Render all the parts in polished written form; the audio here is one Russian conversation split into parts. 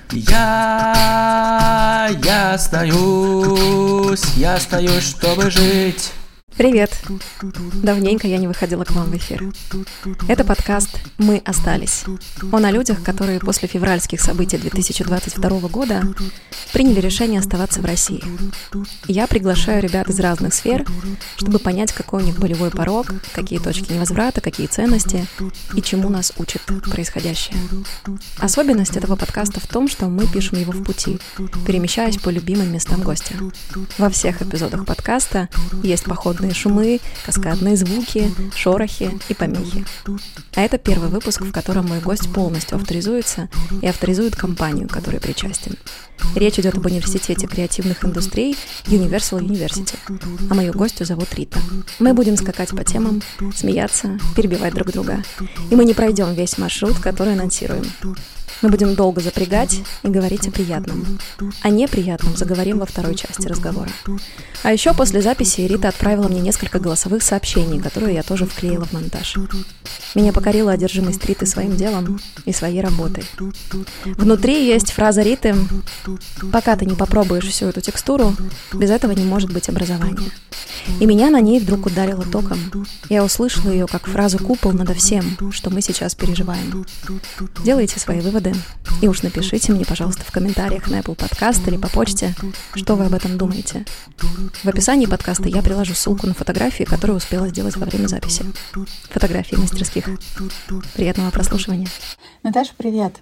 Я остаюсь, чтобы жить. Привет! Давненько я не выходила к вам в эфир. Это подкаст «Мы остались». Он о людях, которые после февральских событий 2022 года приняли решение оставаться в России. Я приглашаю ребят из разных сфер, чтобы понять, какой у них болевой порог, какие точки невозврата, какие ценности и чему нас учит происходящее. Особенность этого подкаста в том, что мы пишем его в пути, перемещаясь по любимым местам гостя. Во всех эпизодах подкаста есть походные шумы, каскадные звуки, шорохи и помехи. А это первый выпуск, в котором мой гость полностью авторизуется и авторизует компанию, к которой причастен. Речь идет об университете креативных индустрий Universal University, а мою гостью зовут Рита. Мы будем скакать по темам, смеяться, перебивать друг друга. И мы не пройдем весь маршрут, который анонсируем. Мы будем долго запрягать и говорить о приятном. О неприятном заговорим во второй части разговора. А еще после записи Рита отправила мне несколько голосовых сообщений, которые я тоже вклеила в монтаж. Меня покорила одержимость Риты своим делом и своей работой. Внутри есть фраза Риты: «Пока ты не попробуешь всю эту текстуру, без этого не может быть образования». И меня на ней вдруг ударило током. Я услышала ее как фразу «купол» надо всем, что мы сейчас переживаем. Делайте свои выводы и уж напишите мне, пожалуйста, в комментариях на Apple Podcast или по почте, что вы об этом думаете. В описании подкаста я приложу ссылку на фотографии, которые успела сделать во время записи. Фотографии мастерских. Приятного прослушивания. Наташа, привет.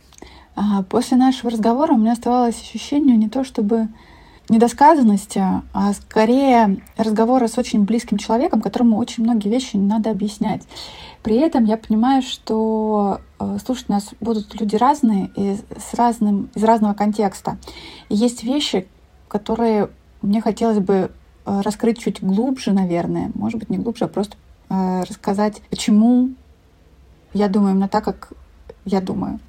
После нашего разговора у меня оставалось ощущение не то чтобы недосказанности, а скорее разговора с очень близким человеком, которому очень многие вещи не надо объяснять. При этом я понимаю, что слушать нас будут люди разные и из разного контекста. И есть вещи, которые мне хотелось бы раскрыть чуть глубже, наверное. Может быть, не глубже, а просто рассказать, почему я думаю именно так, как я думаю.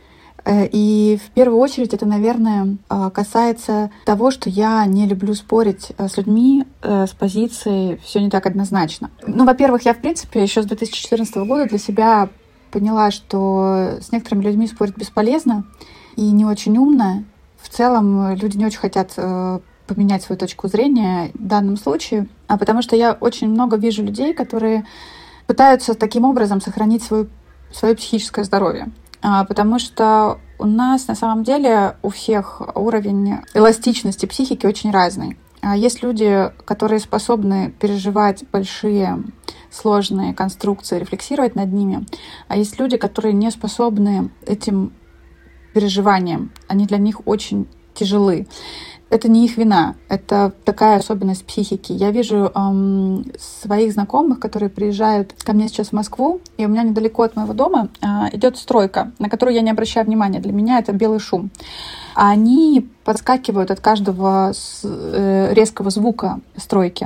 И в первую очередь это, наверное, касается того, что я не люблю спорить с людьми с позицией «все не так однозначно». Во-первых, я, в принципе, еще с 2014 года для себя поняла, что с некоторыми людьми спорить бесполезно и не очень умно. В целом люди не очень хотят поменять свою точку зрения в данном случае, потому что я очень много вижу людей, которые пытаются таким образом сохранить свое психическое здоровье. Потому что у нас на самом деле у всех уровень эластичности психики очень разный. Есть люди, которые способны переживать большие сложные конструкции, рефлексировать над ними, а есть люди, которые не способны этим переживаниям. Они для них очень тяжелы. Это не их вина, это такая особенность психики. Я вижу своих знакомых, которые приезжают ко мне сейчас в Москву, и у меня недалеко от моего дома идет стройка, на которую я не обращаю внимания. Для меня это белый шум. Они подскакивают от каждого резкого звука стройки,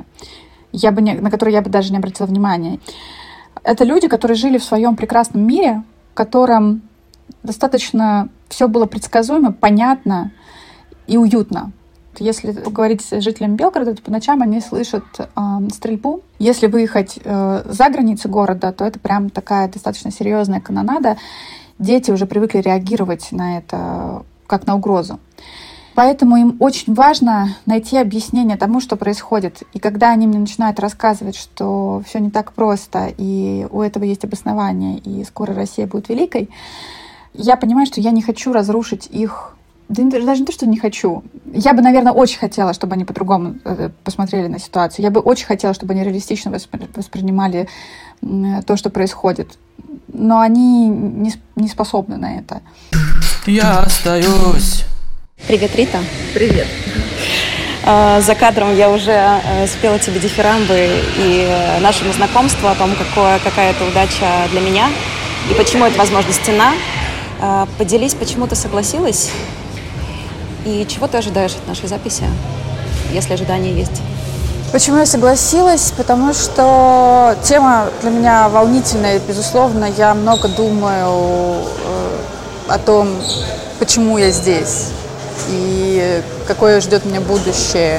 на который я бы даже не обратила внимания. Это люди, которые жили в своем прекрасном мире, в котором достаточно все было предсказуемо, понятно и уютно. Если поговорить с жителями Белгорода, то по ночам они слышат стрельбу. Если выехать за границы города, то это прям такая достаточно серьезная канонада. Дети уже привыкли реагировать на это как на угрозу. Поэтому им очень важно найти объяснение тому, что происходит. И когда они мне начинают рассказывать, что все не так просто, и у этого есть обоснование, и скоро Россия будет великой, я понимаю, что я не хочу разрушить их. Да даже не то, что не хочу. Я бы, наверное, очень хотела, чтобы они по-другому посмотрели на ситуацию. Я бы очень хотела, чтобы они реалистично воспринимали то, что происходит. Но они не способны на это. Я остаюсь. Привет, Рита. Привет. За кадром я уже спела тебе дифирамбы и нашему знакомству о том, какая это удача для меня и почему это, возможно, стена. Поделись, почему ты согласилась и чего ты ожидаешь от нашей записи, если ожидания есть. Почему я согласилась? Потому что тема для меня волнительная, безусловно. Я много думаю о том, почему я здесь и какое ждет меня будущее,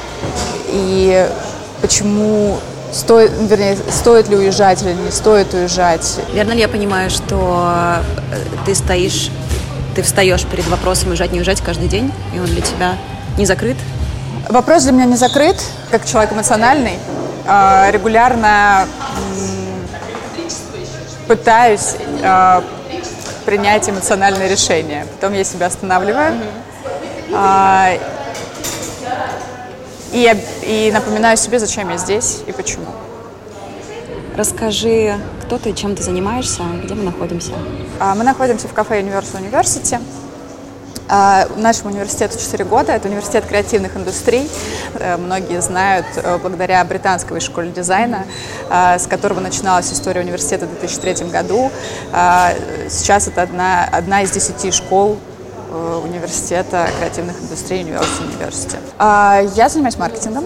и почему стоит ли уезжать или не стоит уезжать. Верно ли я понимаю, что ты стоишь ты встаешь перед вопросом уезжать, не уезжать каждый день, и он для тебя не закрыт? Вопрос для меня не закрыт, как человек эмоциональный. Регулярно пытаюсь принять эмоциональное решение. Потом я себя останавливаю и напоминаю себе, зачем я здесь и почему. Расскажи, кто ты, чем ты занимаешься, где мы находимся? Мы находимся в кафе Universal University. Нашему университету 4 года. Это университет креативных индустрий. Многие знают благодаря британской школе дизайна, с которого начиналась история университета в 2003 году. Сейчас это одна из 10 школ университета креативных индустрий Universal University. Я занимаюсь маркетингом.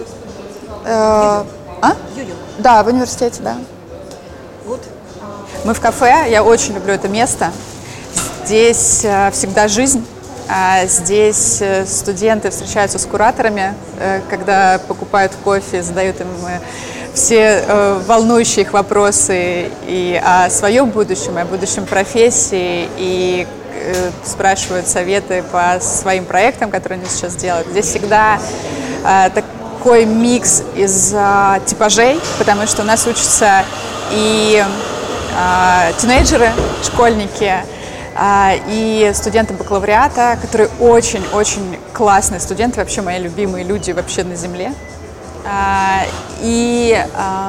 Да, в университете, да. Мы в кафе. Я очень люблю это место. Здесь всегда жизнь. Здесь студенты встречаются с кураторами, когда покупают кофе, задают им все волнующие их вопросы и о своем будущем, и о будущем профессии, и спрашивают советы по своим проектам, которые они сейчас делают. Здесь всегда такой микс из типажей, потому что у нас учатся и тинейджеры, школьники, и студенты бакалавриата, которые очень-очень классные студенты, вообще мои любимые люди вообще на земле. И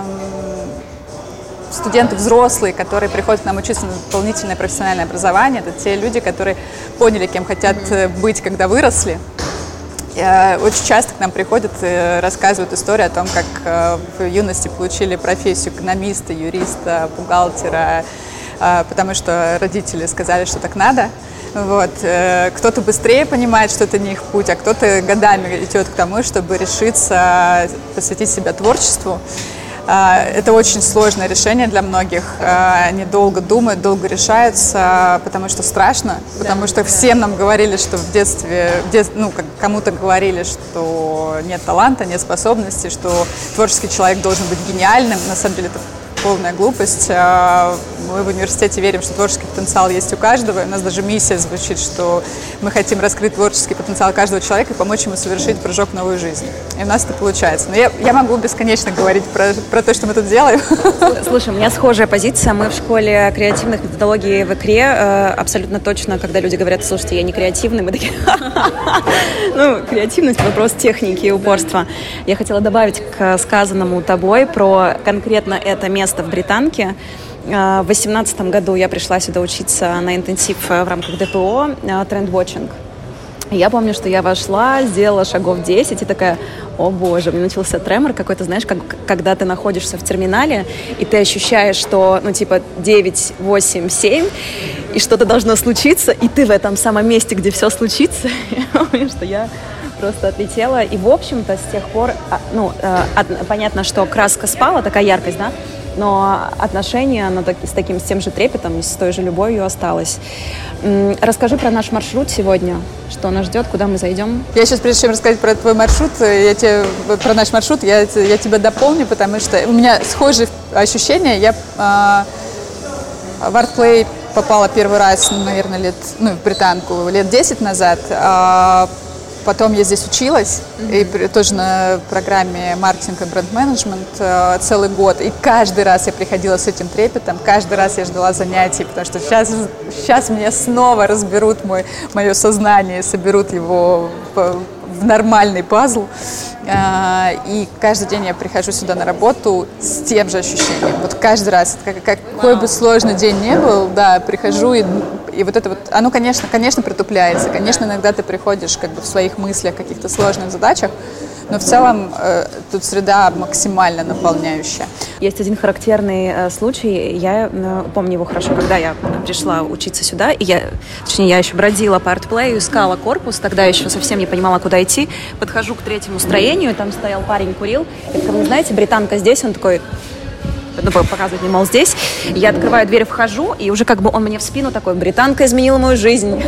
студенты взрослые, которые приходят к нам учиться на дополнительное профессиональное образование. Это те люди, которые поняли, кем хотят быть, когда выросли. Очень часто к нам приходят и рассказывают историю о том, как в юности получили профессию экономиста, юриста, бухгалтера, потому что родители сказали, что так надо. Вот. Кто-то быстрее понимает, что это не их путь, а кто-то годами идет к тому, чтобы решиться посвятить себя творчеству. Это очень сложное решение для многих. Они долго думают, долго решаются, потому что страшно, потому что всем нам говорили, что в детстве, кому-то говорили, что нет таланта, нет способностей, что творческий человек должен быть гениальным. На самом деле это полная глупость. Мы в университете верим, что творческий потенциал есть у каждого. У нас даже миссия звучит, что мы хотим раскрыть творческий потенциал каждого человека и помочь ему совершить прыжок в новую жизнь. И у нас это получается. Но я могу бесконечно говорить про то, что мы тут делаем. Слушай, у меня схожая позиция. Мы в школе креативных методологий в ИКРе. Абсолютно точно, когда люди говорят: слушайте, я не креативный, мы такие: ну, креативность — вопрос техники и упорства. Я хотела добавить к сказанному тобой про конкретно это место в Британке. В 2018 году я пришла сюда учиться на интенсив в рамках ДПО «Тренд-вотчинг». Я помню, что я вошла, сделала шагов 10 и такая: о боже, мне начался тремор какой-то, знаешь, когда ты находишься в терминале, и ты ощущаешь, что, 9, 8, 7, и что-то должно случиться, и ты в этом самом месте, где все случится. Я помню, что я просто отлетела, и, в общем-то, с тех пор, понятно, что краска спала, такая яркость, да, но отношение, оно с тем же трепетом, с той же любовью осталось. Расскажи про наш маршрут сегодня, что нас ждет, куда мы зайдем. Я сейчас, прежде чем рассказать про твой маршрут, про наш маршрут, я тебя дополню, потому что у меня схожие ощущения. Я в ArtPlay попала первый раз, наверное, в Британку лет 10 назад. Потом я здесь училась, и тоже на программе маркетинг и бренд-менеджмент целый год. И каждый раз я приходила с этим трепетом, каждый раз я ждала занятий, потому что сейчас меня снова разберут мое сознание, соберут его в нормальный пазл. И каждый день я прихожу сюда на работу с тем же ощущением. Вот каждый раз, какой бы сложный день ни был, да, прихожу, и вот это вот, оно, конечно, притупляется. Конечно, иногда ты приходишь в своих мыслях, каких-то сложных задачах, но в целом тут среда максимально наполняющая. Есть один характерный случай, я помню его хорошо, когда я пришла учиться сюда, и я еще бродила по ArtPlay, искала корпус, тогда еще совсем не понимала, куда идти. Подхожу к третьему строению, там стоял парень, курил. Я такая: знаете, британка здесь, он такой... показывает мне, мол, здесь. Я открываю дверь, вхожу, и уже он мне в спину такой: британка изменила мою жизнь.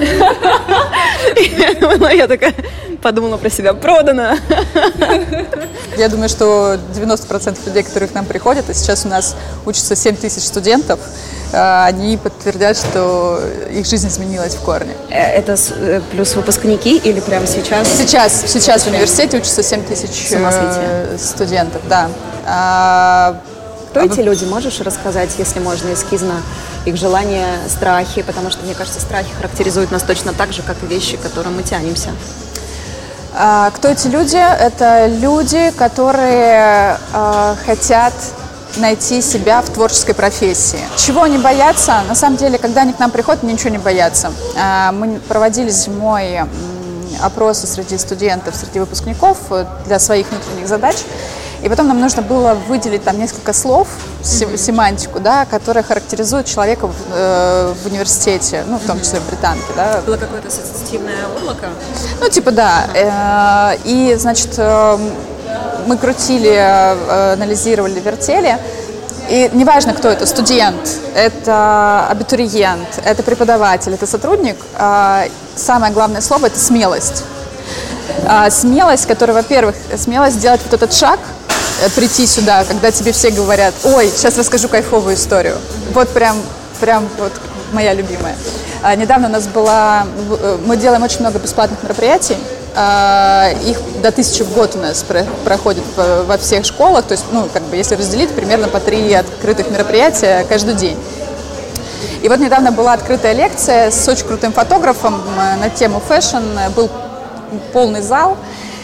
Я такая подумала про себя: продано. Я думаю, что 90% людей, которые к нам приходят, и сейчас у нас учатся 7 тысяч студентов, они подтвердят, что их жизнь изменилась в корне. Это плюс выпускники или прямо сейчас? Сейчас в университете учатся 7 тысяч студентов, да. Кто эти люди? Можешь рассказать, если можно, эскизно, их желания, страхи? Потому что, мне кажется, страхи характеризуют нас точно так же, как и вещи, к которым мы тянемся. Кто эти люди? Это люди, которые хотят найти себя в творческой профессии. Чего они боятся? На самом деле, когда они к нам приходят, они ничего не боятся. Мы проводили зимой опросы среди студентов, среди выпускников для своих внутренних задач. И потом нам нужно было выделить там несколько слов, семантику, да, которые характеризуют человека в университете, ну, в том числе в британке. Да. Было какое-то ассоциативное облако? Ну, типа, да. И, значит, мы крутили, анализировали, вертели. И неважно, кто это, студент, это абитуриент, это преподаватель, это сотрудник, самое главное слово – это смелость. Смелость, которая, во-первых, смелость сделать вот этот шаг, прийти сюда, когда тебе все говорят: ой, сейчас расскажу кайфовую историю. Вот прям вот моя любимая. Недавно у нас мы делаем очень много бесплатных мероприятий. Их до 1000 в год у нас проходит во всех школах. То есть, ну, как бы, если разделить, примерно по 3 открытых мероприятия каждый день. И вот недавно была открытая лекция с очень крутым фотографом на тему фэшн. Был полный зал.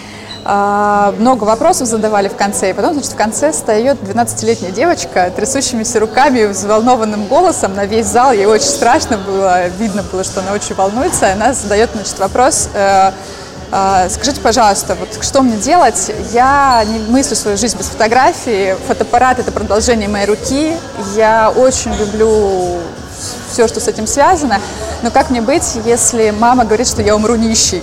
Много вопросов задавали в конце. И потом, значит, в конце встает 12-летняя девочка трясущимися руками, взволнованным голосом на весь зал. Ей очень страшно было, видно было, что она очень волнуется. И она задает, значит, вопрос: скажите, пожалуйста, вот что мне делать? Я не мыслю свою жизнь без фотографии. Фотоаппарат – это продолжение моей руки. Я очень люблю все, что с этим связано. Но как мне быть, если мама говорит, что я умру нищей?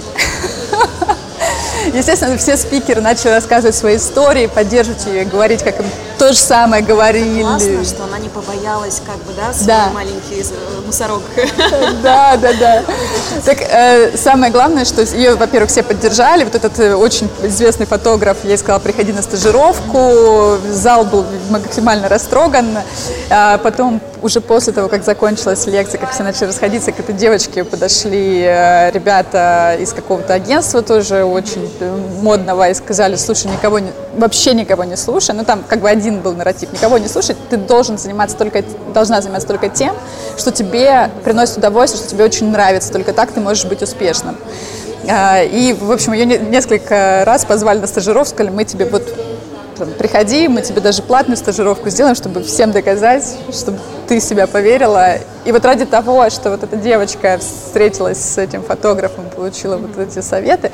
Естественно, все спикеры начали рассказывать свои истории, поддерживать ее, говорить, как им то же самое говорили. Классно, что она не побоялась, как бы, да, свой маленький мусорок. Да. Так самое главное, что ее, во-первых, все поддержали. Вот этот очень известный фотограф ей сказал: приходи на стажировку. Зал был максимально растроган. Потом, уже после того, как закончилась лекция, как все начали расходиться, к этой девочке подошли ребята из какого-то агентства тоже очень модного и сказали: слушай, вообще никого не слушай. Ну, там как бы один был нарратив: никого не слушай, ты должна заниматься только тем, что тебе приносит удовольствие, что тебе очень нравится. Только так ты можешь быть успешным. И, в общем, ее несколько раз позвали на стажировку, сказали: мы тебе вот приходи, мы тебе даже платную стажировку сделаем, чтобы всем доказать, чтобы ты в себя поверила. И вот ради того, что вот эта девочка встретилась с этим фотографом, получила вот эти советы,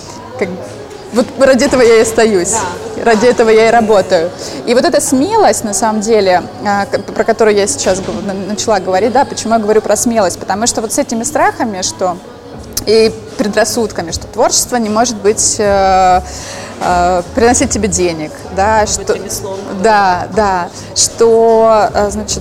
вот ради этого я и остаюсь, ради этого я и работаю. И вот эта смелость, на самом деле, про которую я сейчас начала говорить, да, почему я говорю про смелость, потому что вот с этими страхами, что и предрассудками, что творчество не может быть приносить тебе денег, да, что, что, значит,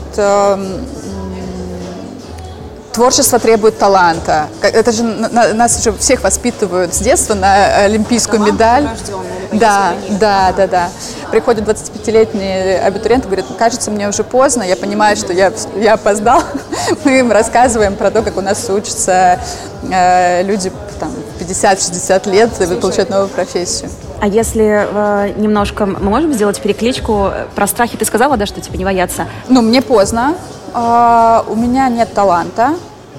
творчество требует таланта. Это же нас же всех воспитывают с детства на олимпийскую медаль. Да. Приходят 25-летние абитуриенты, говорят: кажется, мне уже поздно, я понимаю, что я опоздал. Мы им рассказываем про то, как у нас учатся люди там 50-60 лет и получают новую профессию. А если немножко мы можем сделать перекличку про страхи? Ты сказала, да, что типа не бояться? Ну, мне поздно, у меня нет таланта,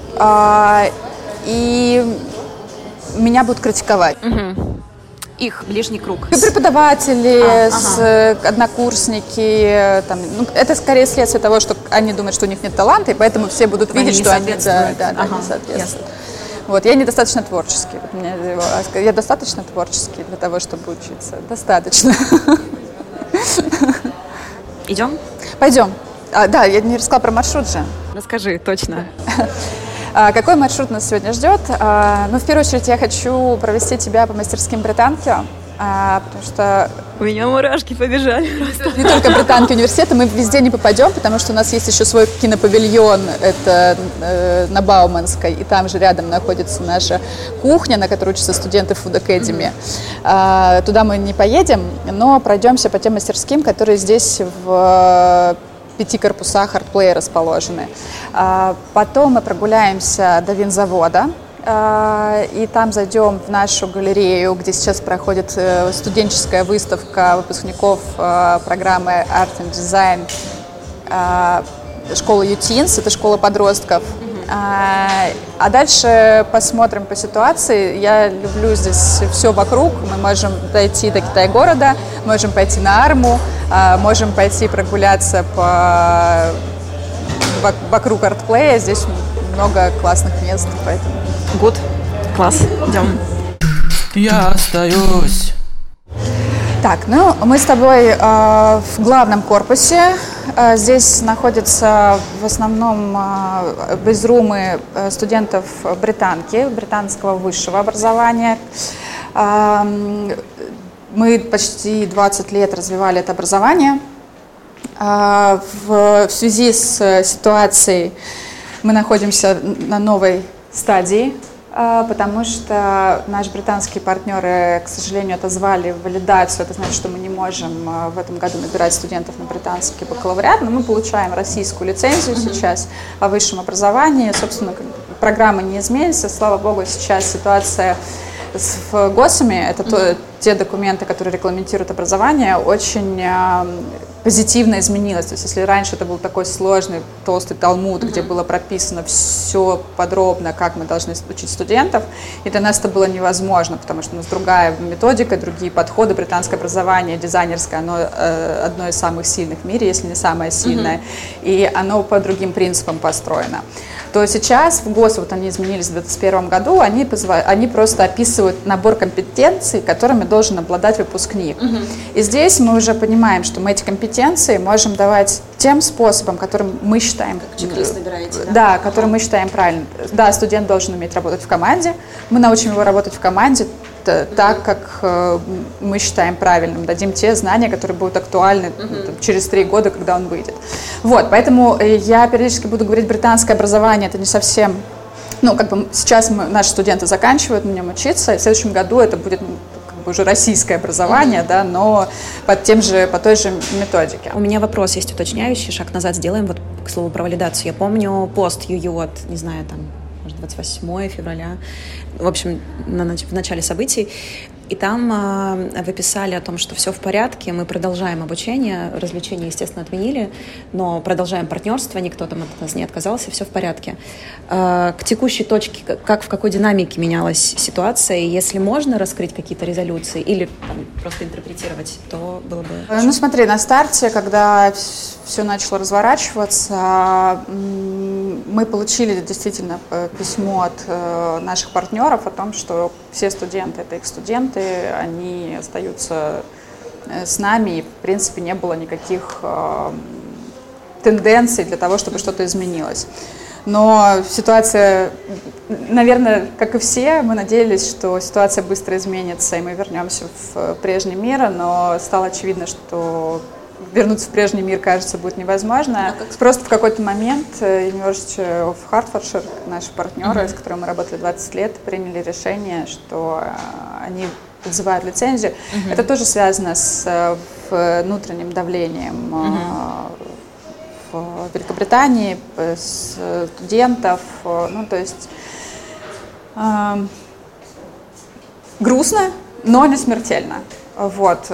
и меня будут критиковать. Угу. Их ближний круг. И преподаватели, однокурсники. Там, ну, это скорее следствие того, что они думают, что у них нет таланта, и поэтому все будут видеть, что они не соответствуют. Вот, я недостаточно творческий. Я достаточно творческий для того, чтобы учиться? Достаточно. Идем? Пойдем. Да, я не рассказала про маршрут же. Расскажи, точно. Какой маршрут нас сегодня ждет? Ну, в первую очередь, я хочу провести тебя по мастерским британки, потому что... У меня мурашки побежали. Не только британки университета, мы везде не попадем, потому что у нас есть еще свой кинопавильон, это на Бауманской, и там же рядом находится наша кухня, на которой учатся студенты Food Academy. Туда мы не поедем, но пройдемся по тем мастерским, которые здесь в 5 корпусах ArtPlay расположены. Потом мы прогуляемся до винзавода, и там зайдем в нашу галерею, где сейчас проходит студенческая выставка выпускников программы Art and Design школы ЮТИНС, это школа подростков. А дальше посмотрим по ситуации. Я люблю здесь все вокруг. Мы можем дойти до Китай-города, можем пойти на Арму, можем пойти прогуляться вокруг ArtPlay. Здесь много классных мест, поэтому... Гуд. Класс. Идем. Я остаюсь. Так, ну мы с тобой в главном корпусе. Здесь находятся в основном бейзрумы студентов британского высшего образования. Мы почти 20 лет развивали это образование. В связи с ситуацией мы находимся на новой стадии, потому что наши британские партнеры, к сожалению, отозвали валидацию. Это значит, что мы не можем в этом году набирать студентов на британский бакалавриат, но мы получаем российскую лицензию сейчас о высшем образовании. Собственно, программа не изменится. Слава богу, сейчас ситуация в ГОСами, это те документы, которые регламентируют образование, очень позитивно изменилось. То есть если раньше это был такой сложный, толстый талмуд, где было прописано все подробно, как мы должны учить студентов, и для нас это было невозможно, потому что у нас другая методика, другие подходы. Британское образование, дизайнерское, оно одно из самых сильных в мире, если не самое сильное, и оно по другим принципам построено. То сейчас в ГОС, вот они изменились в 2021 году, они просто описывают набор компетенций, которыми должен обладать выпускник. И здесь мы уже понимаем, что мы эти компетенции можем давать тем способом, которым мы считаем... Как чек-лист набираете, да? Да, который мы считаем правильным. Да, студент должен уметь работать в команде, мы научим его работать в команде так, как мы считаем правильным, дадим те знания, которые будут актуальны через 3 года, когда он выйдет. Вот, поэтому я периодически буду говорить, британское образование, это не совсем, ну, как бы сейчас наши студенты заканчивают на нем учиться, и в следующем году это будет уже российское образование, да, но по той же методике. У меня вопрос есть уточняющий, шаг назад сделаем, вот к слову про валидацию. Я помню пост ЮЮ от, не знаю, там, может, 28 февраля, в общем, в начале событий, и там вы писали о том, что все в порядке, мы продолжаем обучение, развлечения, естественно, отменили, но продолжаем партнерство, никто там от нас не отказался, все в порядке. К текущей точке, как в какой динамике менялась ситуация, и если можно раскрыть какие-то резолюции или там, просто интерпретировать, то было бы... Ну смотри, на старте, когда все начало разворачиваться, мы получили действительно письмо от наших партнеров о том, что все студенты, это их студенты, они остаются с нами, и, в принципе, не было никаких тенденций для того, чтобы что-то изменилось. Но ситуация, наверное, как и все, мы надеялись, что ситуация быстро изменится, и мы вернемся в прежний мир, но стало очевидно, что вернуться в прежний мир, кажется, будет невозможно. Просто в какой-то момент University of Hertfordshire, наши партнеры, с которыми мы работали 20 лет, приняли решение, что они отзывают лицензию. Это тоже связано с внутренним давлением в Великобритании, студентов. Ну, то есть грустно, но не смертельно. Вот.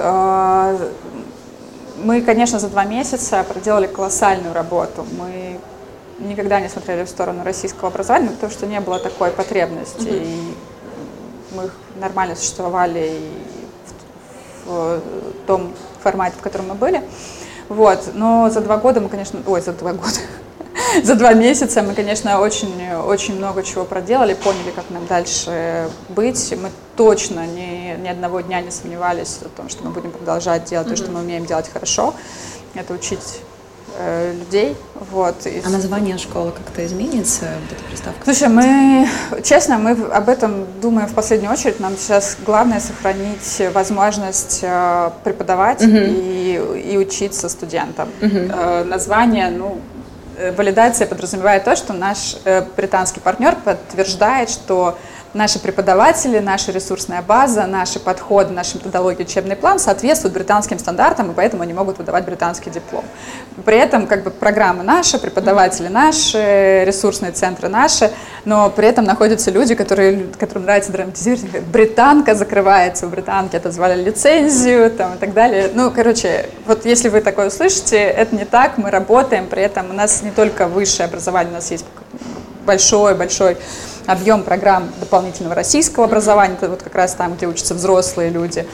Мы, конечно, за 2 месяца проделали колоссальную работу. Мы никогда не смотрели в сторону российского образования, потому что не было такой потребности. И мы нормально существовали и в том формате, в котором мы были. Вот. Но за 2 года мы, конечно... За 2 месяца мы, конечно, очень много чего проделали, поняли, как нам дальше быть. Мы точно ни одного дня не сомневались в том, что мы будем продолжать делать то, что мы умеем делать хорошо. Это учить людей. Вот. А название школы как-то изменится, вот эта приставка? Слушай, честно, мы об этом думаем в последнюю очередь. Нам сейчас главное сохранить возможность преподавать и учиться студентам. Название, валидация подразумевает то, что наш британский партнер подтверждает, что наши преподаватели, наша ресурсная база, наши подходы, наша методология, учебный план соответствуют британским стандартам, и поэтому они могут выдавать британский диплом. При этом как бы программа наша, преподаватели наши, ресурсные центры наши, но при этом находятся люди, которым нравится драматизировать. Британка закрывается, у британки отозвали лицензию там, и так далее. Ну, короче, вот если вы такое услышите, это не так, мы работаем, при этом у нас не только высшее образование, у нас есть большой объем программ дополнительного российского образования, это вот как раз там, где учатся взрослые люди.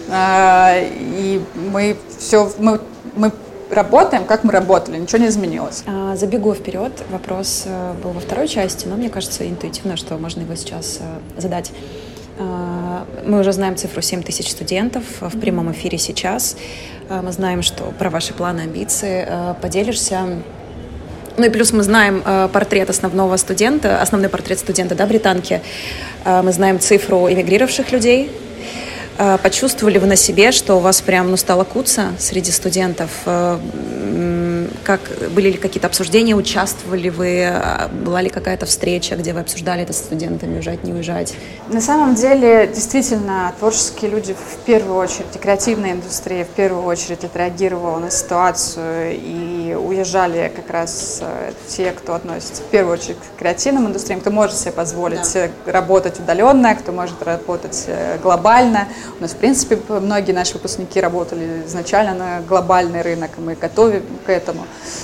И мы работаем, как мы работали, ничего не изменилось. Забегу вперед, вопрос был во второй части, но мне кажется интуитивно, что можно его сейчас задать. Мы уже знаем цифру 7 тысяч студентов в прямом эфире сейчас. Мы знаем, что про ваши планы, амбиции поделишься. Ну и плюс мы знаем портрет основной портрет студента, да, британки. Мы знаем цифру эмигрировавших людей. Почувствовали вы на себе, что у вас прям стало куца среди студентов? Были ли какие-то обсуждения, участвовали вы, была ли какая-то встреча, где вы обсуждали это с студентами, уезжать, не уезжать? На самом деле, действительно, творческие люди в первую очередь, и креативная индустрия в первую очередь отреагировала на ситуацию, и уезжали как раз те, кто относится в первую очередь к креативным индустриям, кто может себе позволить работать удаленно, кто может работать глобально. У нас, в принципе, многие наши выпускники работали изначально на глобальный рынок, и мы готовы к этому.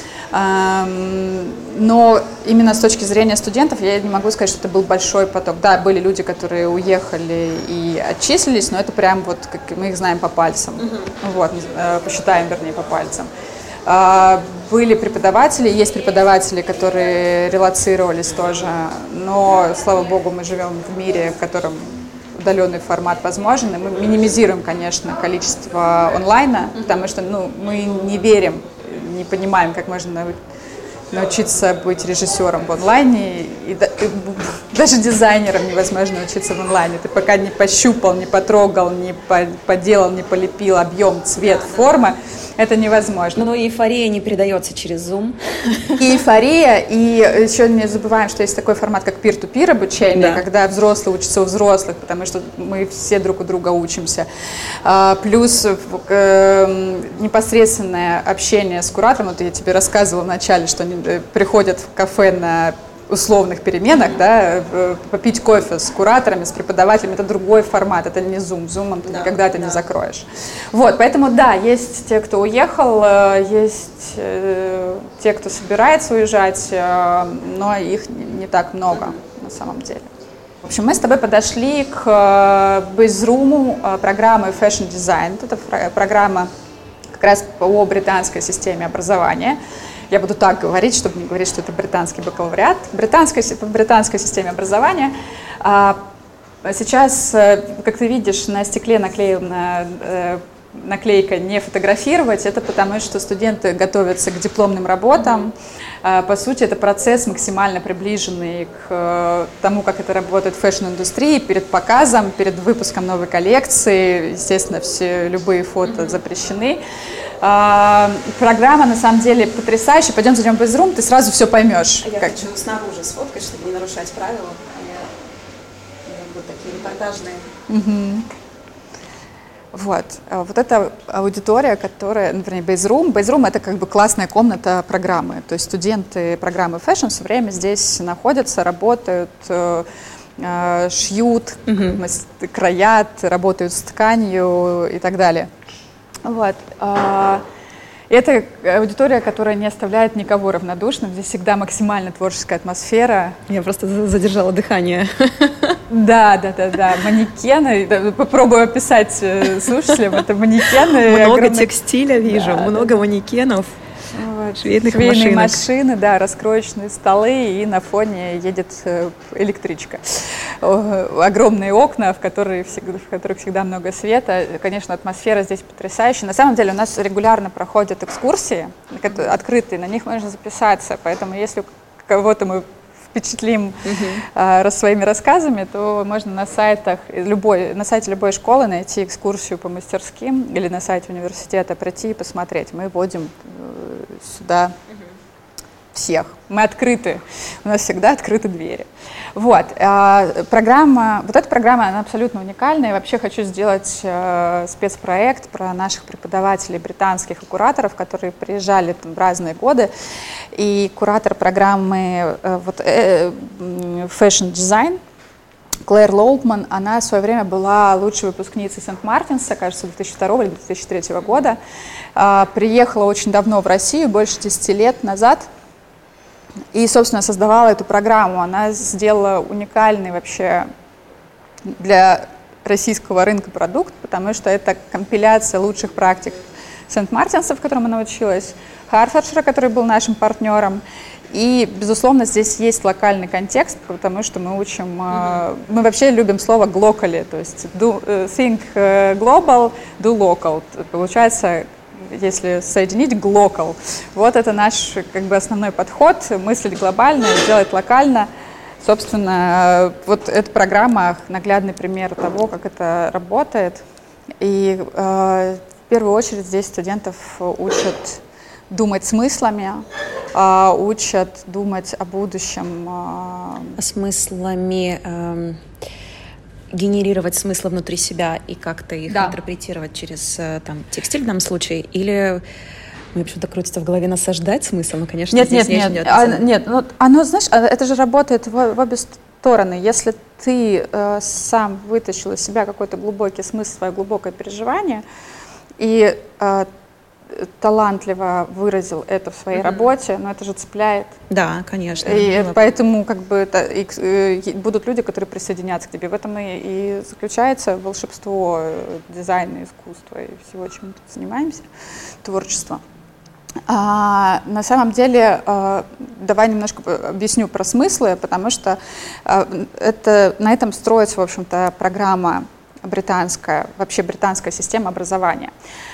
Но именно с точки зрения студентов я не могу сказать, что это был большой поток. Да, были люди, которые уехали и отчислились, но это прям вот, как мы их знаем по пальцам. Вот, посчитаем, вернее, по пальцам. Были преподаватели, есть преподаватели, которые релоцировались тоже, но, слава богу, мы живем в мире, в котором удаленный формат возможен, и мы минимизируем, конечно, количество онлайна, потому что мы не верим, не понимаем, как можно научиться быть режиссером в онлайне, и даже дизайнером невозможно учиться в онлайне. Ты пока не пощупал, не потрогал, не поделал, не полепил объем, цвет, форма, это невозможно. Но эйфория не передается через Zoom. И эйфория, и еще не забываем, что есть такой формат, как peer-to-peer обучение, когда взрослые учатся у взрослых, потому что мы все друг у друга учимся. Плюс непосредственное общение с куратором, вот я тебе рассказывала вначале, что они приходят в кафе на условных переменах, да, попить кофе с кураторами, с преподавателями, это другой формат, это не Zoom. Zoom ты никогда это не закроешь. Вот, поэтому да, есть те, кто уехал, есть те, кто собирается уезжать, но их не так много на самом деле. В общем, мы с тобой подошли к BaseRoom программы Fashion Design. Это программа как раз по британской системе образования. Я буду так говорить, чтобы не говорить, что это британский бакалавриат. По британской системе образования. Сейчас, как ты видишь, на стекле наклеена наклейка «не фотографировать». Это потому, что студенты готовятся к дипломным работам. По сути, это процесс максимально приближенный к тому, как это работает в фэшн-индустрии. Перед показом, перед выпуском новой коллекции, естественно, любые фото запрещены. Программа, на самом деле, потрясающая. Пойдем зайдем в BaseRoom, ты сразу все поймешь. Я хочу снаружи сфоткать, чтобы не нарушать правила. Они вот такие репортажные. Вот эта аудитория, которая, например, BaseRoom. BaseRoom — это как бы классная комната программы. То есть студенты программы Fashion все время здесь находятся, работают, шьют, краят, работают с тканью и так далее. Вот. Это аудитория, которая не оставляет никого равнодушным. Здесь всегда максимально творческая атмосфера. Я просто задержала дыхание. Да. Манекены. Попробую описать слушателям. Это манекены. Много текстиля вижу, много манекенов. Швейные машины, да, раскроечные столы, и на фоне едет электричка. Огромные окна, в которых всегда много света. Конечно, атмосфера здесь потрясающая. На самом деле у нас регулярно проходят экскурсии открытые, на них можно записаться. Поэтому если кого-то мы впечатлим своими рассказами, то можно на сайте любой школы найти экскурсию по мастерским или на сайте университета прийти и посмотреть. Мы вводим сюда всех. Мы открыты, у нас всегда открыты двери. Вот, эта программа, она абсолютно уникальная. Я вообще хочу сделать спецпроект про наших преподавателей британских и кураторов, которые приезжали там в разные годы. И куратор программы Fashion Design, Клэр Лоупман, она в свое время была лучшей выпускницей Сент-Мартинса, кажется, 2002 или 2003 года. Приехала очень давно в Россию, больше 10 лет назад. И, собственно, создавала эту программу. Она сделала уникальный вообще для российского рынка продукт, потому что это компиляция лучших практик Сент-Мартинса, в котором она училась, Харфордшира, который был нашим партнером. И, безусловно, здесь есть локальный контекст, потому что мы учим, мы вообще любим слово «glocally», то есть think global, do local. Получается, если соединить global, вот это наш как бы основной подход, мыслить глобально, делать локально. Собственно, вот эта программа наглядный пример того, как это работает. И в первую очередь здесь студентов учат думать смыслами, учат думать о будущем. Смыслами, генерировать смыслы внутри себя и как-то их интерпретировать через там, текстиль в данном случае, или мне почему-то крутится в голове насаждать смысл, но, конечно, здесь речь идет. Нет, оно, знаешь, это же работает в обе стороны. Если ты сам вытащил из себя какой-то глубокий смысл, свое глубокое переживание, и талантливо выразил это в своей работе, но это же цепляет. Да, конечно. И поэтому как бы будут люди, которые присоединятся к тебе. В этом и заключается волшебство дизайна, искусства и всего, чем мы тут занимаемся, творчества. На самом деле, давай немножко объясню про смыслы, потому что на этом строится, в общем-то, программа британская, вообще британская система образования.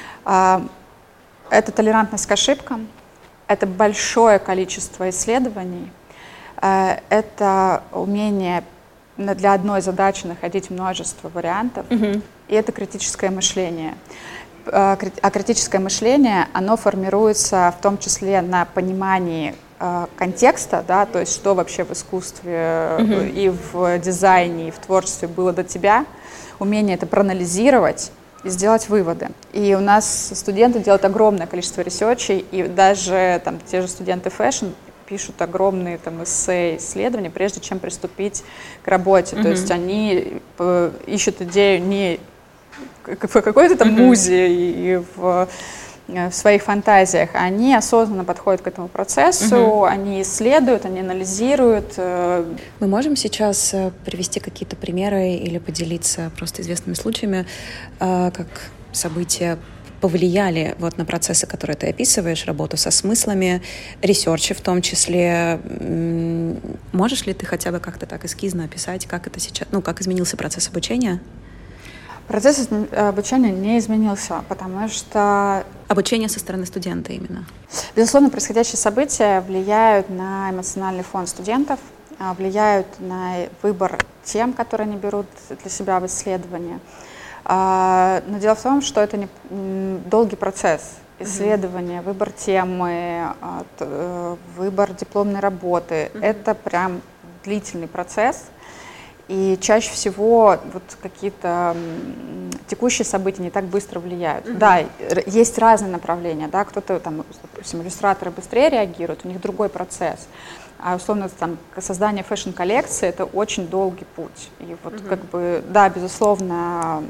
Это толерантность к ошибкам, это большое количество исследований, это умение для одной задачи находить множество вариантов, и это критическое мышление. А критическое мышление, оно формируется в том числе на понимании контекста, да, то есть что вообще в искусстве и в дизайне, и в творчестве было до тебя, умение это проанализировать и сделать выводы. И у нас студенты делают огромное количество ресерчей, и даже там, те же студенты фэшн пишут огромные там, эссе, исследования, прежде чем приступить к работе. То есть они ищут идею не в какой-то там музе и в своих фантазиях, они осознанно подходят к этому процессу, они исследуют, они анализируют. Мы можем сейчас привести какие-то примеры или поделиться просто известными случаями, как события повлияли вот на процессы, которые ты описываешь, работу со смыслами, ресерчи в том числе. Можешь ли ты хотя бы как-то так эскизно описать, как это сейчас, как изменился процесс обучения? Процесс обучения не изменился, потому что... Обучение со стороны студента именно. Безусловно, происходящие события влияют на эмоциональный фон студентов, влияют на выбор тем, которые они берут для себя в исследование. Но дело в том, что это не долгий процесс исследования, выбор темы, выбор дипломной работы. Это прям длительный процесс. И чаще всего вот какие-то текущие события не так быстро влияют. Да, есть разные направления, да, кто-то там, допустим, иллюстраторы быстрее реагируют, у них другой процесс. А условно там создание фэшн-коллекции — это очень долгий путь. И вот как бы, да, безусловно,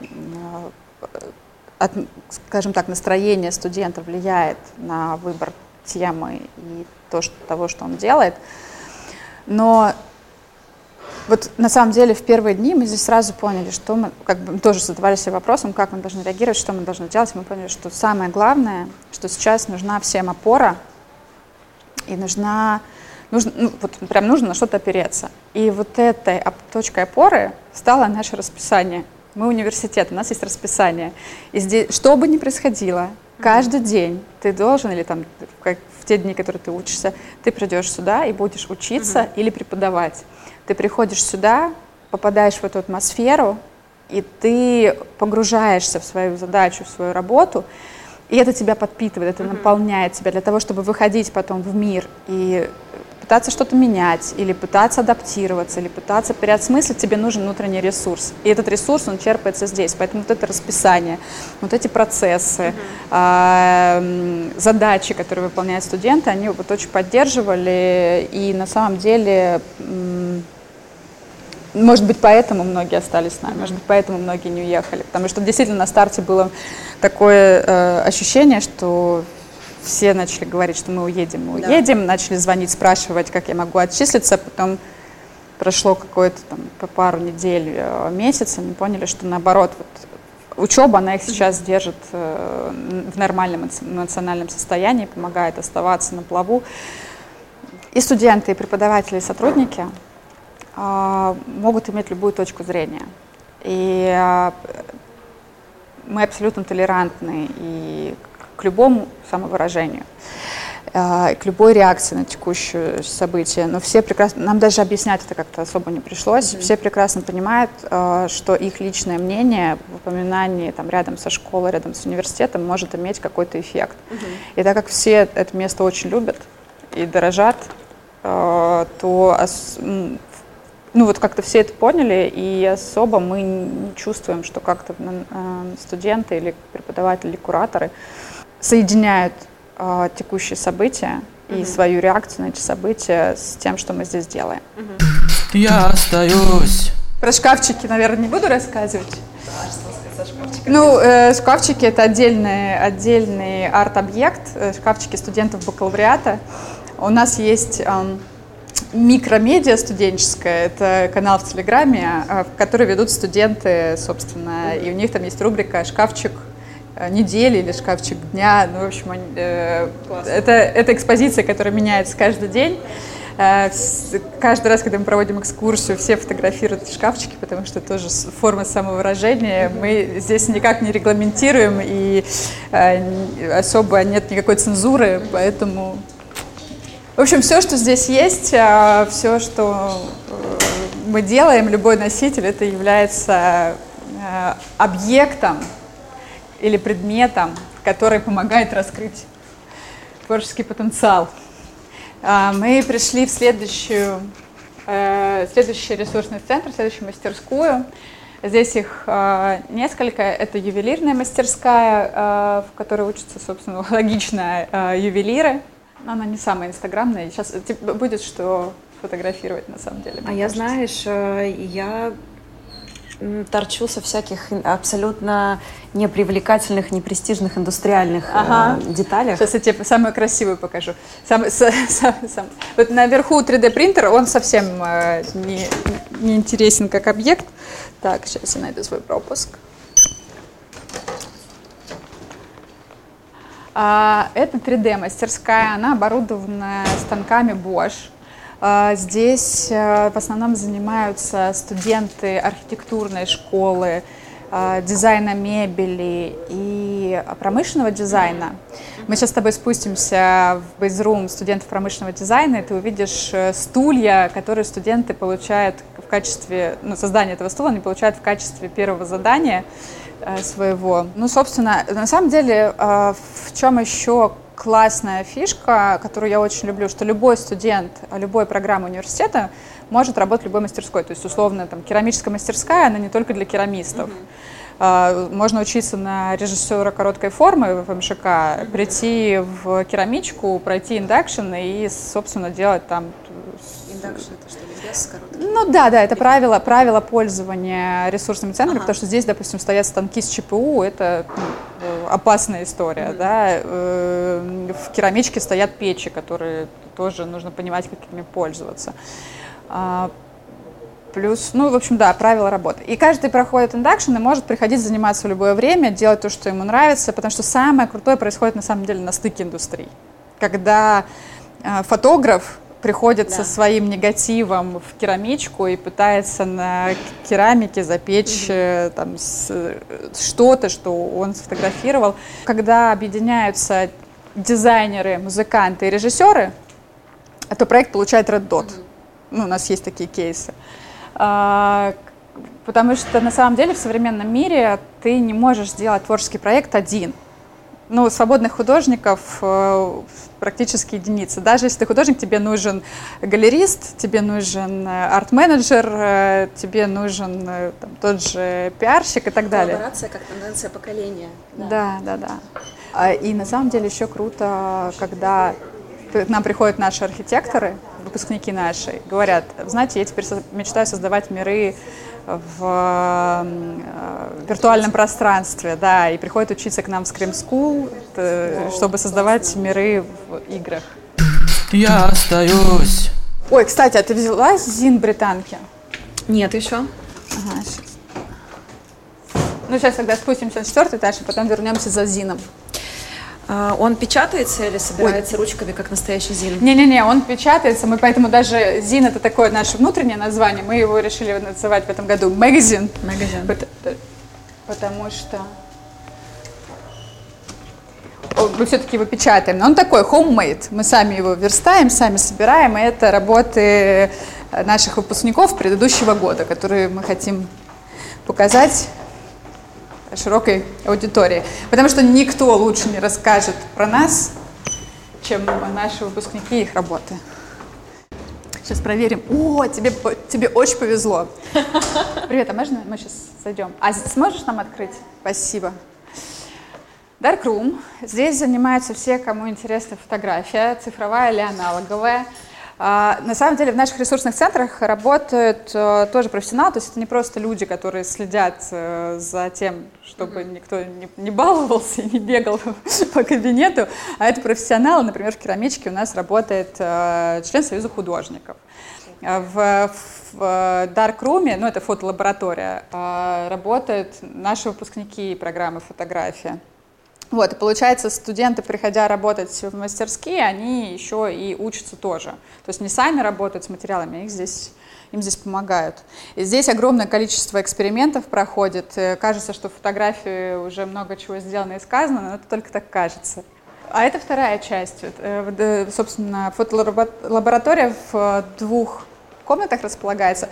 скажем так, настроение студента влияет на выбор темы и того, что он делает. Но вот на самом деле в первые дни мы здесь сразу поняли, что мы тоже задавали себе вопросом, как мы должны реагировать, что мы должны делать. Мы поняли, что самое главное, что сейчас нужна всем опора, и нужно на что-то опереться. И вот этой точкой опоры стало наше расписание. Мы университет, у нас есть расписание. И здесь, что бы ни происходило, каждый день ты должен, или там в те дни, которые ты учишься, ты придешь сюда и будешь учиться или преподавать. Ты приходишь сюда, попадаешь в эту атмосферу, и ты погружаешься в свою задачу, в свою работу, И это тебя подпитывает, это наполняет тебя для того, чтобы выходить потом в мир и пытаться что-то менять, или пытаться адаптироваться, или пытаться переосмыслить, тебе нужен внутренний ресурс. И этот ресурс, он черпается здесь. Поэтому вот это расписание, вот эти процессы, задачи, которые выполняют студенты, они вот очень поддерживали. И на самом деле, может быть, поэтому многие остались с нами, может быть, поэтому многие не уехали. Потому что действительно на старте было такое ощущение, что все начали говорить, что мы уедем, начали звонить, спрашивать, как я могу отчислиться, потом прошло какое-то там по пару недель, месяц, они поняли, что наоборот, вот, учеба, она их сейчас держит в нормальном эмоциональном состоянии, помогает оставаться на плаву. И студенты, и преподаватели, и сотрудники могут иметь любую точку зрения. И мы абсолютно толерантны и к любому самовыражению, к любой реакции на текущее событие. Но все прекрасно, нам даже объяснять это как-то особо не пришлось, все прекрасно понимают, что их личное мнение в упоминании там, рядом со школой, рядом с университетом может иметь какой-то эффект. И так как все это место очень любят и дорожат, то ну вот как-то все это поняли, и особо мы не чувствуем, что как-то студенты или преподаватели, или кураторы соединяют текущие события и свою реакцию на эти события с тем, что мы здесь делаем. Я остаюсь. Про шкафчики, наверное, не буду рассказывать. Да, что сказать о шкафчиках? Ну, шкафчики — это отдельный арт-объект, шкафчики студентов бакалавриата. У нас есть микромедиа студенческая, это канал в Телеграме, в который ведут студенты, собственно, и у них там есть рубрика «Шкафчик недели» или «Шкафчик дня». Ну, в общем, это экспозиция, которая меняется каждый день. Каждый раз, когда мы проводим экскурсию, все фотографируют эти шкафчики, потому что это тоже форма самовыражения. Мы здесь никак не регламентируем, и особо нет никакой цензуры, поэтому... В общем, все, что здесь есть, все, что мы делаем, любой носитель, это является объектом или предметом, который помогает раскрыть творческий потенциал. Мы пришли в следующий ресурсный центр, следующую мастерскую. Здесь их несколько. Это ювелирная мастерская, в которой учатся, собственно, логично, ювелиры. Но она не самая инстаграмная. Сейчас будет что фотографировать, на самом деле. А я, знаешь, я торчу со всяких абсолютно непривлекательных, непрестижных индустриальных деталях. Сейчас я тебе самую красивую покажу. Вот наверху 3D-принтер, он совсем не интересен как объект. Так, сейчас я найду свой пропуск. Это 3D-мастерская, она оборудована станками Bosch. Здесь в основном занимаются студенты архитектурной школы, дизайна мебели и промышленного дизайна. Мы сейчас с тобой спустимся в бейзрум студентов промышленного дизайна, и ты увидишь стулья, которые студенты получают в качестве, создания этого стула, они получают в качестве первого задания своего. Ну, собственно, на самом деле, в чем еще классная фишка, которую я очень люблю, что любой студент любой программы университета может работать в любой мастерской. То есть, условно, там, керамическая мастерская, она не только для керамистов. Можно учиться на режиссера короткой формы в МШК, прийти в керамичку, пройти индакшн и, собственно, делать там... Индакшн — это что, без короткой? Ну да, это правило пользования ресурсными центрами, потому что здесь, допустим, стоят станки с ЧПУ, это опасная история, да. В керамичке стоят печи, которые тоже нужно понимать, как ими пользоваться. Плюс, в общем, да, правила работы. И каждый проходит индакшн и может приходить заниматься в любое время, делать то, что ему нравится, потому что самое крутое происходит на самом деле на стыке индустрий. Когда фотограф приходит со своим негативом в керамичку и пытается на керамике запечь там, что-то, что он сфотографировал. Когда объединяются дизайнеры, музыканты и режиссеры, то проект получает Red Dot. У нас есть такие кейсы. Потому что на самом деле в современном мире ты не можешь сделать творческий проект один. Ну, свободных художников практически единицы. Даже если ты художник, тебе нужен галерист, тебе нужен арт-менеджер, тебе нужен там, тот же пиарщик и так далее. Коллаборация как тенденция поколения. Да. И на самом деле еще круто, когда к нам приходят наши архитекторы, выпускники наши, говорят, знаете, я теперь мечтаю создавать миры в виртуальном пространстве, да, и приходят учиться к нам в Scream School, чтобы создавать миры в играх. Я остаюсь. Ой, кстати, а ты взяла ЗИН британки? Нет, еще. Ага, сейчас. Ну, сейчас тогда спустимся на 4-й этаж, и потом вернемся за ЗИНом. Он печатается или собирается ручками, как настоящий ЗИН? Не-не-не, он печатается, мы поэтому даже ЗИН — это такое наше внутреннее название, мы его решили называть в этом году магазин. Потому что мы все-таки его печатаем, но он такой homemade, мы сами его верстаем, сами собираем, и это работы наших выпускников предыдущего года, которые мы хотим показать широкой аудитории. Потому что никто лучше не расскажет про нас, чем наши выпускники и их работы. Сейчас проверим. О, тебе очень повезло. Привет, а можно мы сейчас зайдем? А сможешь нам открыть? Спасибо. Dark Room. Здесь занимаются все, кому интересна фотография, цифровая или аналоговая. На самом деле в наших ресурсных центрах работают тоже профессионалы, то есть это не просто люди, которые следят за тем, чтобы никто не баловался и не бегал по кабинету, а это профессионалы. Например, в керамичке у нас работает член Союза художников. В Dark Room, ну это фотолаборатория, работают наши выпускники программы «Фотография». Вот, и получается, студенты, приходя работать в мастерские, они еще и учатся тоже. То есть не сами работают с материалами, им здесь помогают. И здесь огромное количество экспериментов проходит. Кажется, что в фотографии уже много чего сделано и сказано, но это только так кажется. А это вторая часть. Собственно, фотолаборатория в 2 комнатах располагается.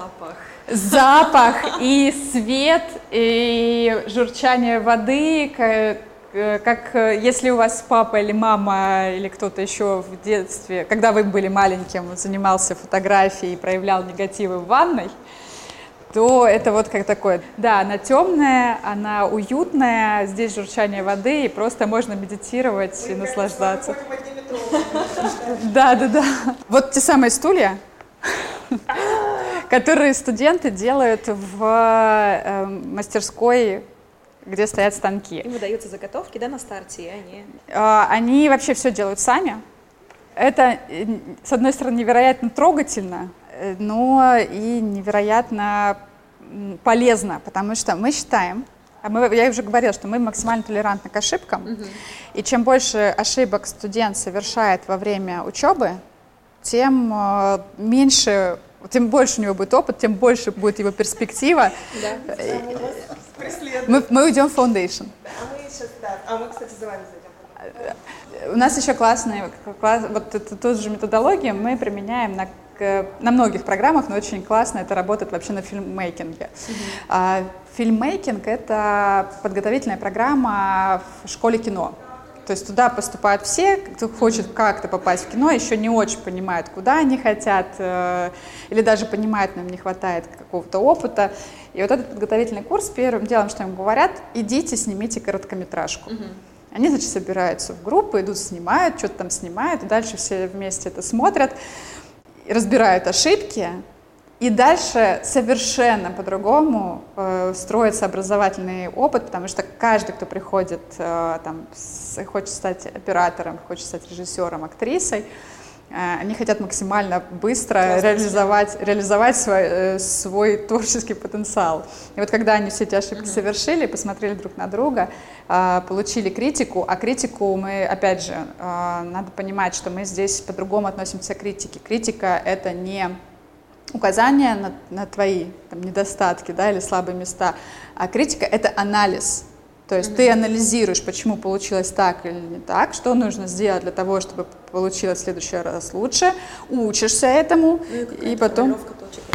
Запах и свет, и журчание воды, как если у вас папа или мама или кто-то еще в детстве, когда вы были маленьким, занимался фотографией и проявлял негативы в ванной, то это вот как такое. Да, она темная, она уютная, здесь журчание воды, и просто можно медитировать и наслаждаться. Да. Вот те самые стулья, которые студенты делают в мастерской, где стоят станки. Им выдаются заготовки, да, на старте, и они... Они вообще все делают сами. Это, с одной стороны, невероятно трогательно, но и невероятно полезно, потому что мы считаем, я уже говорила, что мы максимально толерантны к ошибкам, и чем больше ошибок студент совершает во время учебы, тем больше у него будет опыт, тем больше будет его перспектива. Да. Мы уйдем в Foundation. Мы, кстати, за вами зайдем. У нас еще классная, вот это тоже же методология, мы применяем на многих программах, но очень классно это работает вообще на фильммейкинге. Фильммейкинг — это подготовительная программа в школе кино. То есть туда поступают все, кто хочет как-то попасть в кино, еще не очень понимают, куда они хотят, или даже понимают, но им не хватает какого-то опыта. И вот этот подготовительный курс, первым делом, что им говорят, идите, снимите короткометражку. Они, значит, собираются в группы, идут, снимают, что-то там снимают, и дальше все вместе это смотрят, разбирают ошибки, и дальше совершенно по-другому строится образовательный опыт, потому что каждый, кто приходит, хочет стать оператором, хочет стать режиссером, актрисой, они хотят максимально быстро реализовать свой творческий потенциал. И вот когда они все эти ошибки совершили, посмотрели друг на друга, получили критику, а критику мы, опять же, надо понимать, что мы здесь по-другому относимся к критике. Критика — это не указания на твои недостатки, да, или слабые места, а критика — это анализ. То есть ты анализируешь, почему получилось так или не так, что нужно сделать для того, чтобы получилось в следующий раз лучше, учишься этому, и потом...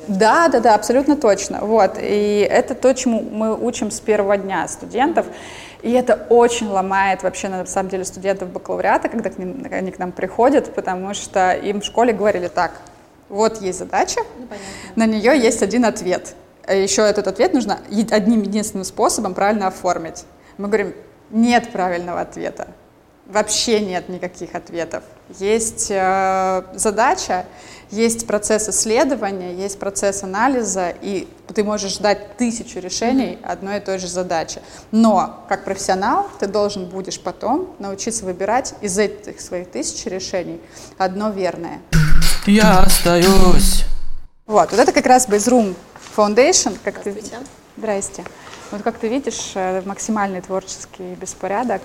Да, абсолютно точно. Вот. И это то, чему мы учим с первого дня студентов. И это очень ломает вообще, на самом деле, студентов бакалавриата, когда они к нам приходят, потому что им в школе говорили так: вот есть задача, на нее есть один ответ. Еще этот ответ нужно одним единственным способом правильно оформить. Мы говорим: нет правильного ответа. Вообще нет никаких ответов. Есть задача, есть процесс исследования, есть процесс анализа, и ты можешь дать 1000 решений одной и той же задачи. Но как профессионал ты должен будешь потом научиться выбирать из этих своих 1000 решений одно верное. Я остаюсь. Вот это как раз BaseRoom Foundation. Здрасте. Вот как ты видишь, максимальный творческий беспорядок,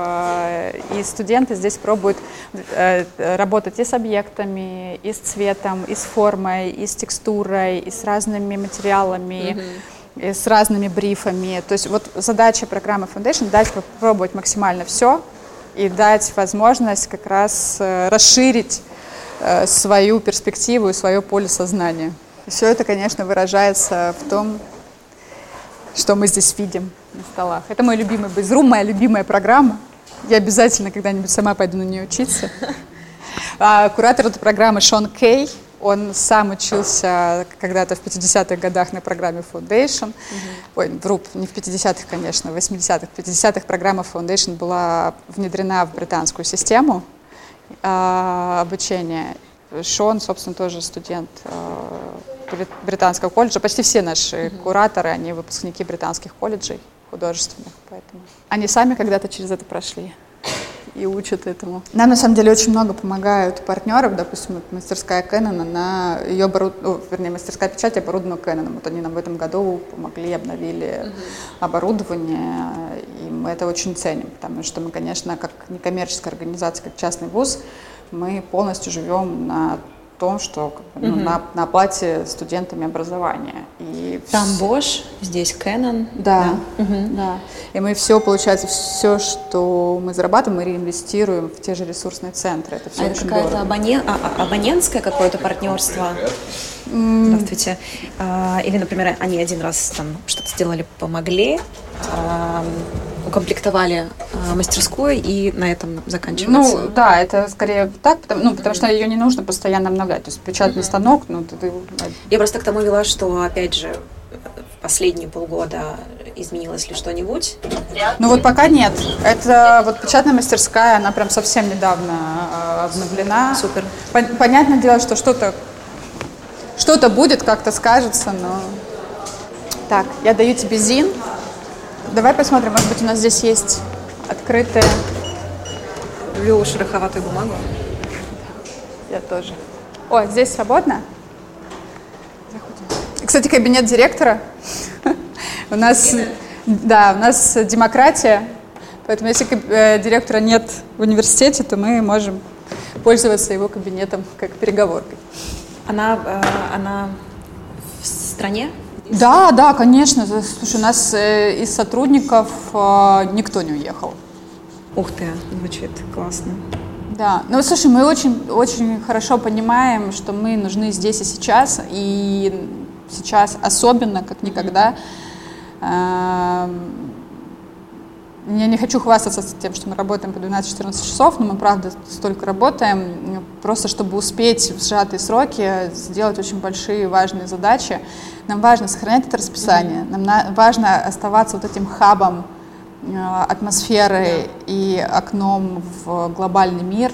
и студенты здесь пробуют работать и с объектами, и с цветом, и с формой, и с текстурой, и с разными материалами, и с разными брифами. То есть вот задача программы Foundation — дать попробовать максимально все и дать возможность как раз расширить свою перспективу и свое поле сознания. Все это, конечно, выражается в том, что мы здесь видим на столах. Это мой любимый BaseRoom, моя любимая программа. Я обязательно когда-нибудь сама пойду на нее учиться. Куратор этой программы Шон Кей. Он сам учился когда-то в 50-х годах на программе Foundation. Ой, не в 50-х, конечно, в 80-х. В 50-х программа Foundation была внедрена в британскую систему обучения. Шон, собственно, тоже студент британского колледжа. Почти все наши кураторы, они выпускники британских колледжей художественных, поэтому они сами когда-то через это прошли и учат этому. Нам, на самом деле, очень много помогают партнеров, допустим, мастерская Кэнона, мастерская печать оборудована Кэноном. Вот они нам в этом году помогли, обновили оборудование, и мы это очень ценим, потому что мы, конечно, как некоммерческая организация, как частный вуз, мы полностью живем на том, что на оплате студентами образования. И там Bosch, здесь Canon. Да. И мы получается, все, что мы зарабатываем, мы реинвестируем в те же ресурсные центры. Это все очень какое-то абонентское какое-то партнерство? Здравствуйте. Или, например, они один раз там что-то сделали, помогли, укомплектовали мастерскую и на этом заканчивается? Ну, да, это скорее так, потому что ее не нужно постоянно обновлять. То есть печатный станок, Я просто к тому вела, что, опять же, в последние полгода изменилось ли что-нибудь? Ну вот пока нет. Это вот печатная мастерская, она прям совсем недавно обновлена. Супер. Понятное дело, что что-то будет, как-то скажется, но... Так, я даю тебе ЗИН. Давай посмотрим, может быть, у нас здесь есть открытые... Люблю шероховатую бумагу. Я тоже. О, здесь свободно? Заходим. Кстати, кабинет директора. У нас демократия, поэтому если директора нет в университете, то мы можем пользоваться его кабинетом как переговоркой. Она в стране? Да, конечно. Слушай, у нас из сотрудников никто не уехал. Ух ты, звучит классно. Да, ну слушай, мы очень хорошо понимаем, что мы нужны здесь и сейчас особенно, как никогда. Я не хочу хвастаться тем, что мы работаем по 12-14 часов, но мы, правда, столько работаем, просто чтобы успеть в сжатые сроки сделать очень большие важные задачи. Нам важно сохранять это расписание, нам важно оставаться вот этим хабом атмосферы и окном в глобальный мир.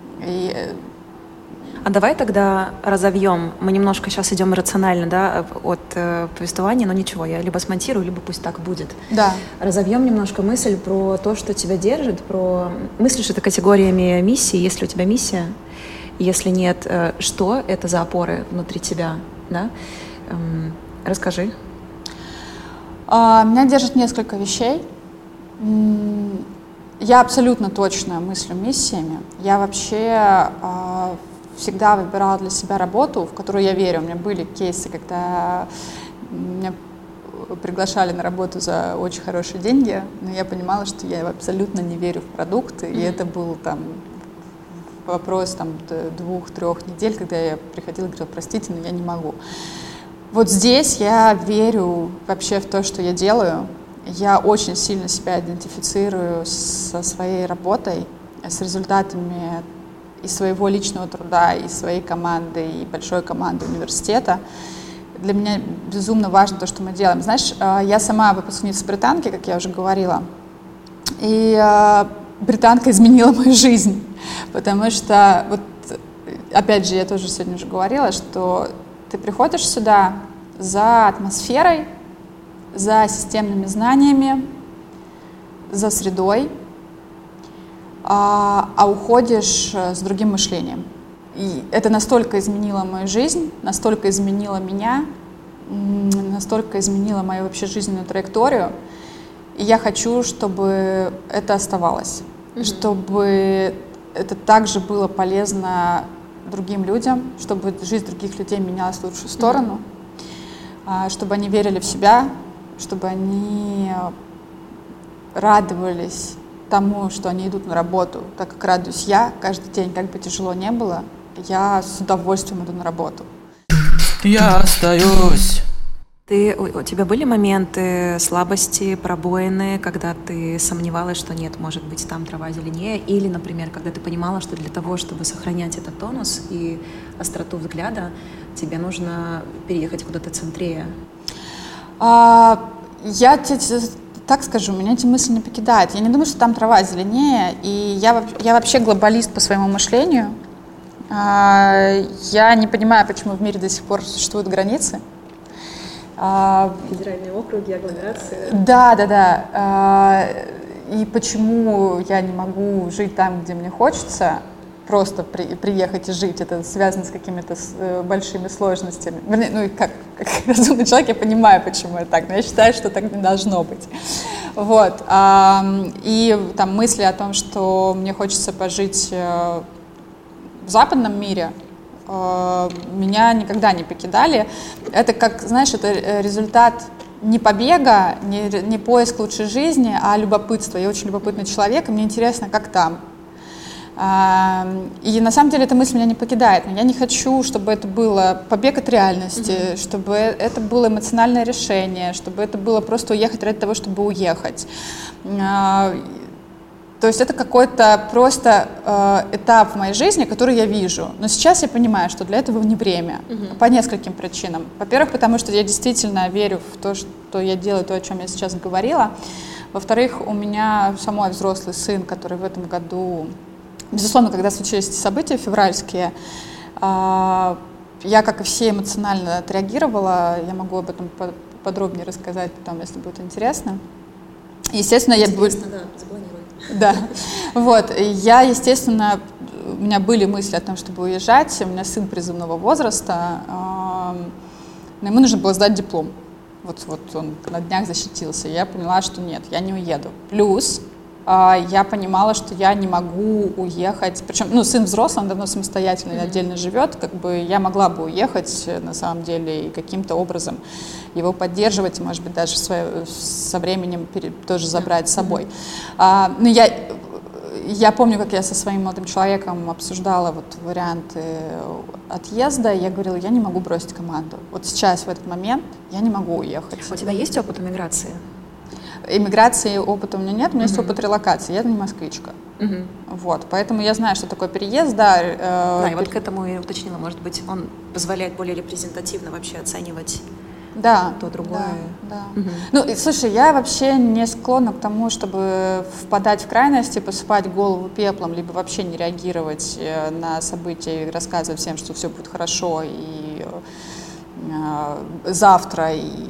А давай тогда разовьем. Мы немножко сейчас идем рационально, да, от повествования, но ничего, я либо смонтирую, либо пусть так будет. Да. Разовьем немножко мысль про то, что тебя держит, мыслишь это категориями миссии, если у тебя миссия, если нет, что это за опоры внутри тебя, да? Расскажи. Меня держит несколько вещей. Я абсолютно точно мыслю миссиями. Я вообще всегда выбирала для себя работу, в которую я верю. У меня были кейсы, когда меня приглашали на работу за очень хорошие деньги, но я понимала, что я абсолютно не верю в продукты, и это был вопрос 2-3 недель, когда я приходила и говорила: простите, но я не могу. Вот здесь я верю вообще в то, что я делаю. Я очень сильно себя идентифицирую со своей работой, с результатами и своего личного труда, и своей команды, и большой команды университета. Для меня безумно важно то, что мы делаем. Знаешь, я сама выпускница британки, как я уже говорила, и британка изменила мою жизнь, потому что, вот, опять же, я тоже сегодня уже говорила, что ты приходишь сюда за атмосферой, за системными знаниями, за средой, а уходишь с другим мышлением. И это настолько изменило мою жизнь, настолько изменило меня, настолько изменило мою вообще жизненную траекторию. И я хочу, чтобы это оставалось, чтобы это также было полезно другим людям, чтобы жизнь других людей менялась в лучшую сторону, чтобы они верили в себя, чтобы они радовались тому, что они идут на работу, так как радуюсь я каждый день, как бы тяжело не было, я с удовольствием иду на работу. Я остаюсь. У тебя были моменты слабости, пробоины, когда ты сомневалась, что нет, может быть, там трава зеленее, или, например, когда ты понимала, что для того, чтобы сохранять этот тонус и остроту взгляда, тебе нужно переехать куда-то центрее? Я тебе так скажу, меня эти мысли не покидают. Я не думаю, что там трава зеленее, и я вообще глобалист по своему мышлению. Я не понимаю, почему в мире до сих пор существуют границы. Федеральные округи, агломерации. Да. И почему я не могу жить там, где мне хочется, просто приехать и жить. Это связано с какими-то большими сложностями. Ну, как разумный человек, я понимаю, почему это так, но я считаю, что так не должно быть. Вот. И там мысли о том, что мне хочется пожить в западном мире, меня никогда не покидали. Это как, знаешь, это результат не побега, не поиск лучшей жизни, а любопытства. Я очень любопытный человек, и мне интересно, как там. И на самом деле эта мысль меня не покидает. Но я не хочу, чтобы это было побег от реальности, чтобы это было эмоциональное решение, чтобы это было просто уехать ради того, чтобы уехать. То есть это какой-то просто этап в моей жизни, который я вижу. Но сейчас я понимаю, что для этого не время. По нескольким причинам. Во-первых, потому что я действительно верю в то, что я делаю, то, о чем я сейчас говорила. Во-вторых, у меня самой взрослый сын, который в этом году... Безусловно, когда случились эти события февральские, я, как и все, эмоционально отреагировала. Я могу об этом подробнее рассказать потом, если будет интересно. Естественно, да, запланируй. Да, вот, естественно, у меня были мысли о том, чтобы уезжать, у меня сын призывного возраста, но ему нужно было сдать диплом, вот он на днях защитился, я поняла, что нет, я не уеду, плюс я понимала, что я не могу уехать, причем, сын взрослый, он давно самостоятельно и отдельно живет, как бы я могла бы уехать, на самом деле, и каким-то образом его поддерживать, может быть, даже со временем тоже забрать с собой. Но я помню, как я со своим молодым человеком обсуждала варианты отъезда, и я говорила, я не могу бросить команду. Вот сейчас, в этот момент, я не могу уехать. У тебя есть опыт эмиграции? Эмиграции опыта у меня нет, у меня есть опыт релокации, я не москвичка. Вот, поэтому я знаю, что такое переезд, Да, и вот к этому я уточнила, может быть, он позволяет более репрезентативно вообще оценивать то другое. Да. Слушай, я вообще не склонна к тому, чтобы впадать в крайности, посыпать голову пеплом, либо вообще не реагировать на события и рассказывать всем, что все будет хорошо, и завтра, и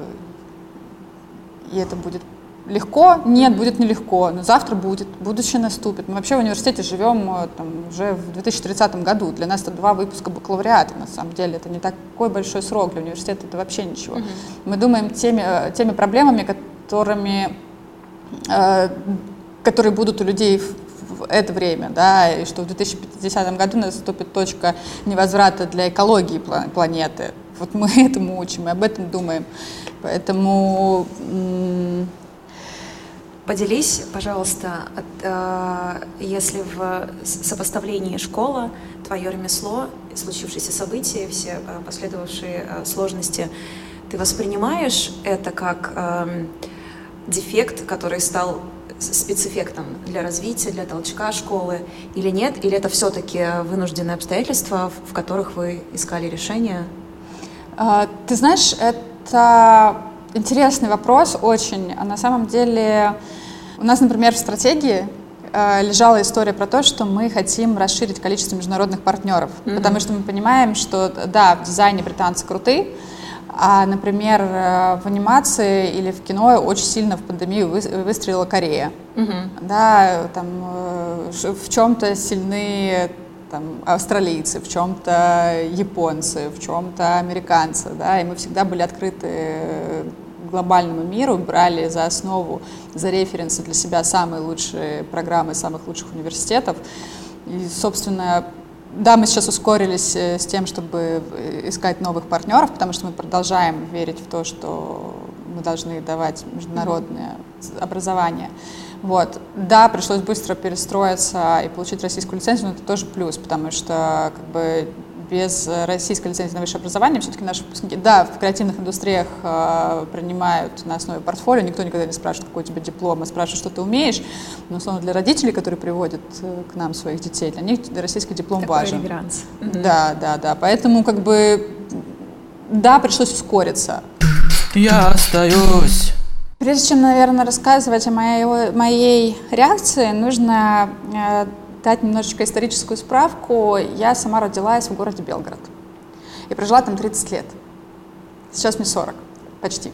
это будет легко? Нет, будет нелегко, но завтра будет, будущее наступит. Мы вообще в университете живем уже в 2030 году. Для нас это 2 выпуска бакалавриата, на самом деле. Это не такой большой срок для университета, это вообще ничего. Мы думаем теми проблемами, которые будут у людей в это время, да, и что в 2050 году наступит точка невозврата для экологии планеты. Вот мы этому учим, мы об этом думаем. Поэтому Поделись, пожалуйста, если в сопоставлении школа, твое ремесло, случившиеся события, все последовавшие сложности, ты воспринимаешь это как дефект, который стал спецэффектом для развития, для толчка школы, или нет? Или это все-таки вынужденные обстоятельства, в которых вы искали решение? Ты знаешь, это интересный вопрос очень. На самом деле у нас, например, в стратегии лежала история про то, что мы хотим расширить количество международных партнеров, потому что мы понимаем, что да, в дизайне британцы крутые, а, например, в анимации или в кино очень сильно в пандемию выстрелила Корея. Да, там, в чем-то сильны там, австралийцы, в чем-то японцы, в чем-то американцы. Да, и мы всегда были открыты глобальному миру, брали за основу, за референсы для себя самые лучшие программы самых лучших университетов. И, собственно, да, мы сейчас ускорились с тем, чтобы искать новых партнеров, потому что мы продолжаем верить в то, что мы должны давать международное образование. Вот. Да, пришлось быстро перестроиться и получить российскую лицензию, но это тоже плюс, потому что как бы без российской лицензии на высшее образование все-таки наши выпускники, да, в креативных индустриях принимают на основе портфолио, никто никогда не спрашивает, какой у тебя диплом, а спрашивает, что ты умеешь, но, условно, для родителей, которые приводят к нам своих детей, для них российский диплом такой важен. реверанс. Да, поэтому как бы, да, пришлось ускориться. Я остаюсь. Прежде чем, наверное, рассказывать о моей реакции, нужно дать немножечко историческую справку. Я сама родилась в городе Белгород и прожила там 30 лет. Сейчас мне 40, почти.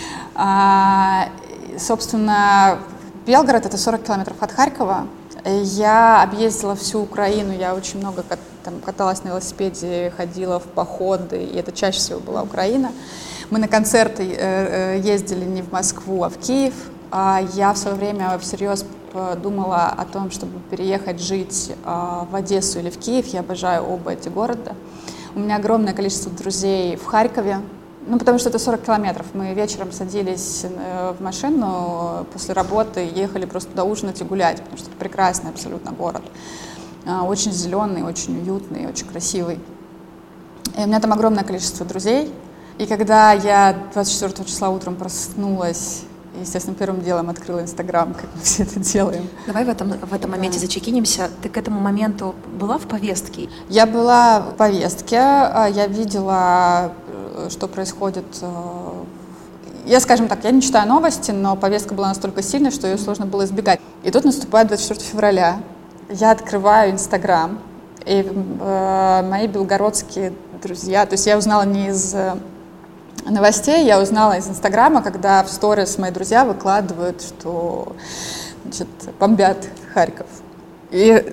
Собственно, Белгород — это 40 километров от Харькова. Я объездила всю Украину, я очень много каталась на велосипеде, ходила в походы, и это чаще всего была Украина. Мы на концерты ездили не в Москву, а в Киев. Я в свое время всерьез думала о том, чтобы переехать жить в Одессу или в Киев. Я обожаю оба эти города. У меня огромное количество друзей в Харькове, потому что это 40 километров. Мы вечером садились в машину после работы, ехали просто туда ужинать и гулять, потому что это прекрасный абсолютно город. Очень зеленый, очень уютный, очень красивый. И у меня там огромное количество друзей. И когда я 24 числа утром проснулась, естественно, первым делом открыла Инстаграм, как мы все это делаем. Давай в этом моменте зачекинимся. Ты к этому моменту была в повестке? Я была в повестке, я видела, что происходит. Я, скажем так, я не читаю новости, но повестка была настолько сильной, что ее сложно было избегать. И тут наступает 24 февраля. Я открываю Инстаграм, и мои белгородские друзья, то есть я узнала не из новостей, я узнала из Инстаграма, когда в сторис мои друзья выкладывают, что, значит, бомбят Харьков. И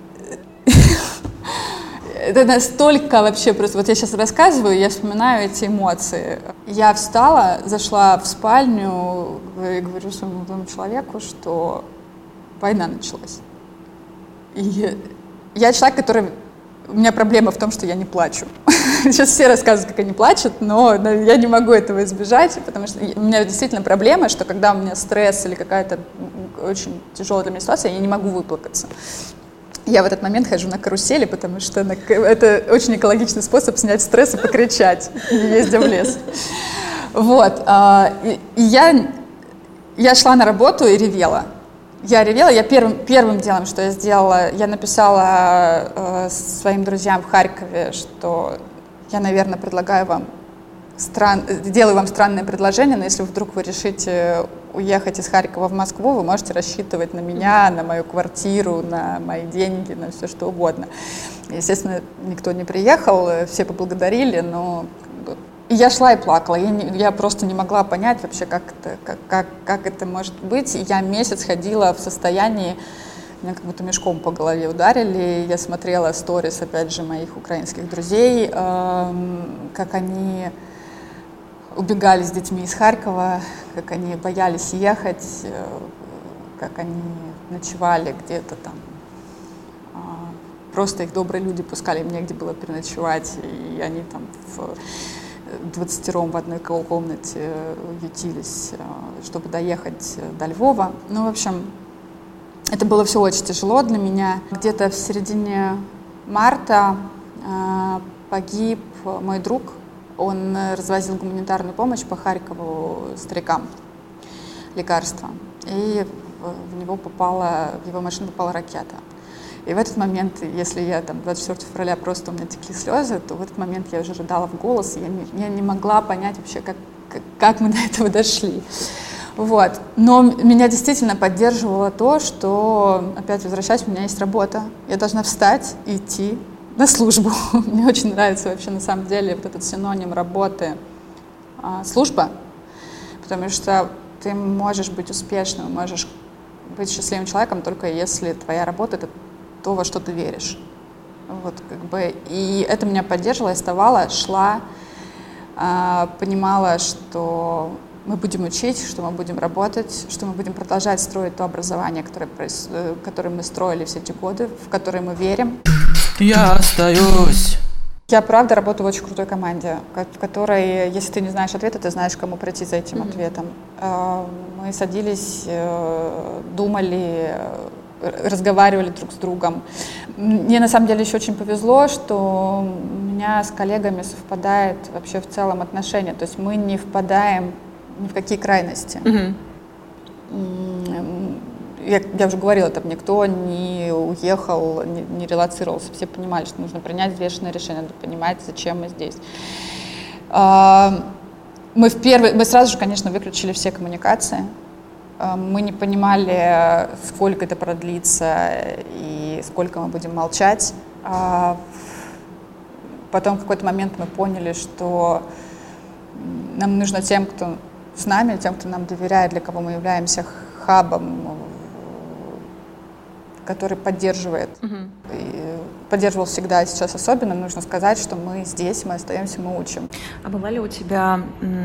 это настолько вообще просто... Вот я сейчас рассказываю, я вспоминаю эти эмоции. Я встала, зашла в спальню и говорю своему молодому человеку, что война началась. И я человек, который... У меня проблема в том, что я не плачу. Сейчас все рассказывают, как они плачут, но я не могу этого избежать, потому что у меня действительно проблема, что когда у меня стресс или какая-то очень тяжелая для меня ситуация, я не могу выплакаться. Я в этот момент хожу на карусели, потому что это очень экологичный способ снять стресс и покричать, ездя в лес. Вот. И я шла на работу и ревела. Я ревела, первым делом, что я сделала, я написала своим друзьям в Харькове, что я, наверное, делаю вам странное предложение, но если вдруг вы решите уехать из Харькова в Москву, вы можете рассчитывать на меня, на мою квартиру, на мои деньги, на все что угодно. Естественно, никто не приехал, все поблагодарили, но... И я шла и плакала, я просто не могла понять вообще, как это может быть. И я месяц ходила в состоянии, меня как будто мешком по голове ударили. Я смотрела сторис, опять же, моих украинских друзей, как они убегали с детьми из Харькова, как они боялись ехать, как они ночевали где-то там. Просто их добрые люди пускали, им негде было переночевать, и они там 20 в одной комнате ютились, чтобы доехать до Львова. Ну, в общем, это было все очень тяжело для меня. Где-то в середине марта погиб мой друг. Он развозил гуманитарную помощь по Харькову старикам, лекарства. И в его машину попала ракета. И в этот момент, если я 24 февраля просто у меня текли слезы, то в этот момент я уже рыдала в голос, я не могла понять вообще, как мы до этого дошли. Вот. Но меня действительно поддерживало то, что, опять возвращаясь, у меня есть работа. Я должна встать и идти на службу. Мне очень нравится вообще на самом деле вот этот синоним работы служба, потому что ты можешь быть успешным, можешь быть счастливым человеком только если твоя работа — это то, во что ты веришь. Вот, и это меня поддерживало, я вставала, шла, понимала, что мы будем учить, что мы будем работать, что мы будем продолжать строить то образование, которое мы строили все эти годы, в которое мы верим. Я остаюсь. Я, правда, работаю в очень крутой команде, в которой, если ты не знаешь ответа, ты знаешь, кому прийти за этим ответом. Мы садились, думали, разговаривали друг с другом. Мне, на самом деле, еще очень повезло, что у меня с коллегами совпадает вообще в целом отношения. То есть мы не впадаем ни в какие крайности. Я уже говорила, там никто не уехал, не релоцировался. Все понимали, что нужно принять взвешенное решение, надо понимать, зачем мы здесь. Мы сразу же, конечно, выключили все коммуникации. Мы не понимали, сколько это продлится и сколько мы будем молчать. Потом в какой-то момент мы поняли, что нам нужно тем, кто с нами, тем, кто нам доверяет, для кого мы являемся хабом, который поддерживает. И поддерживал всегда, и сейчас особенно. Нужно сказать, что мы здесь, мы остаемся, мы учим. А была ли у тебя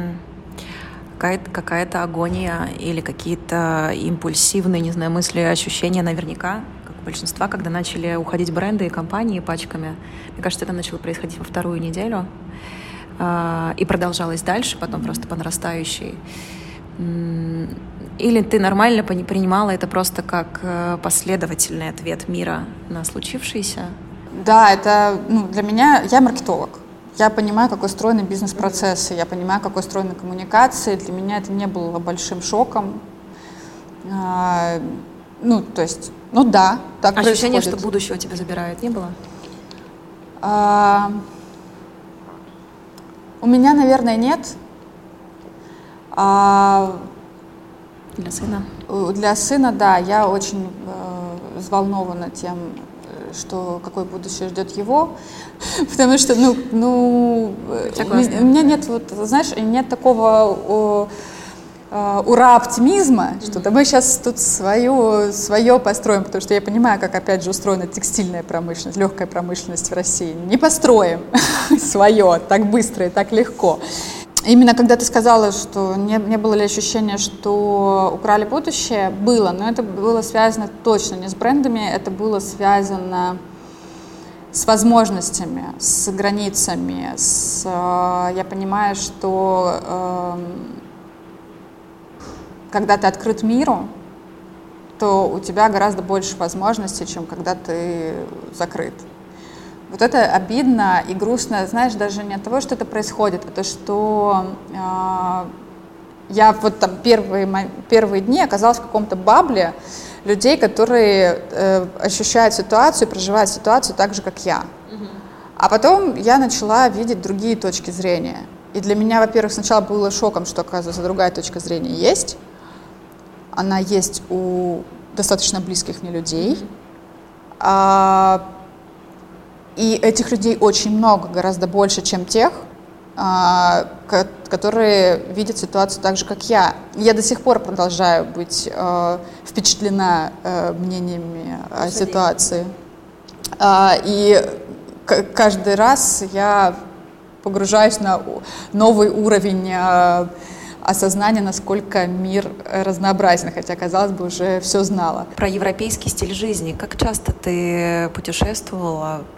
какая-то агония или какие-то импульсивные, не знаю, мысли, ощущения наверняка, как у большинства, когда начали уходить бренды и компании пачками? Мне кажется, это начало происходить во вторую неделю и продолжалось дальше, потом просто по нарастающей. Или ты нормально принимала это просто как последовательный ответ мира на случившееся? Да, это для меня, я маркетолог. Я понимаю, как устроены бизнес-процессы, я понимаю, как устроены коммуникации. Для меня это не было большим шоком. Да, так происходит. Ощущение, что будущего тебя забирают, не было? У меня, наверное, нет. Для сына? Для сына, да. Я очень взволнована тем, какое будущее ждет его, потому что, у меня нет, нет такого ура-оптимизма, что мы сейчас тут свое построим, потому что я понимаю, как, опять же, устроена текстильная промышленность, легкая промышленность в России. Не построим свое так быстро и так легко. Именно когда ты сказала, что не было ли ощущения, что украли будущее, было, но это было связано точно не с брендами, это было связано с возможностями, с границами, я понимаю, что когда ты открыт миру, то у тебя гораздо больше возможностей, чем когда ты закрыт. Вот это обидно и грустно, знаешь, даже не от того, что это происходит, а то, что я вот там первые дни оказалась в каком-то бабле людей, которые ощущают ситуацию, проживают ситуацию так же, как я. А потом я начала видеть другие точки зрения. И для меня, во-первых, сначала было шоком, что, оказывается, другая точка зрения есть. Она есть у достаточно близких мне людей. И этих людей очень много, гораздо больше, чем тех, которые видят ситуацию так же, как я. Я до сих пор продолжаю быть впечатлена мнениями о ситуации. И каждый раз я погружаюсь на новый уровень осознания, насколько мир разнообразен, хотя, казалось бы, уже все знала. Про европейский стиль жизни. Как часто ты путешествовала?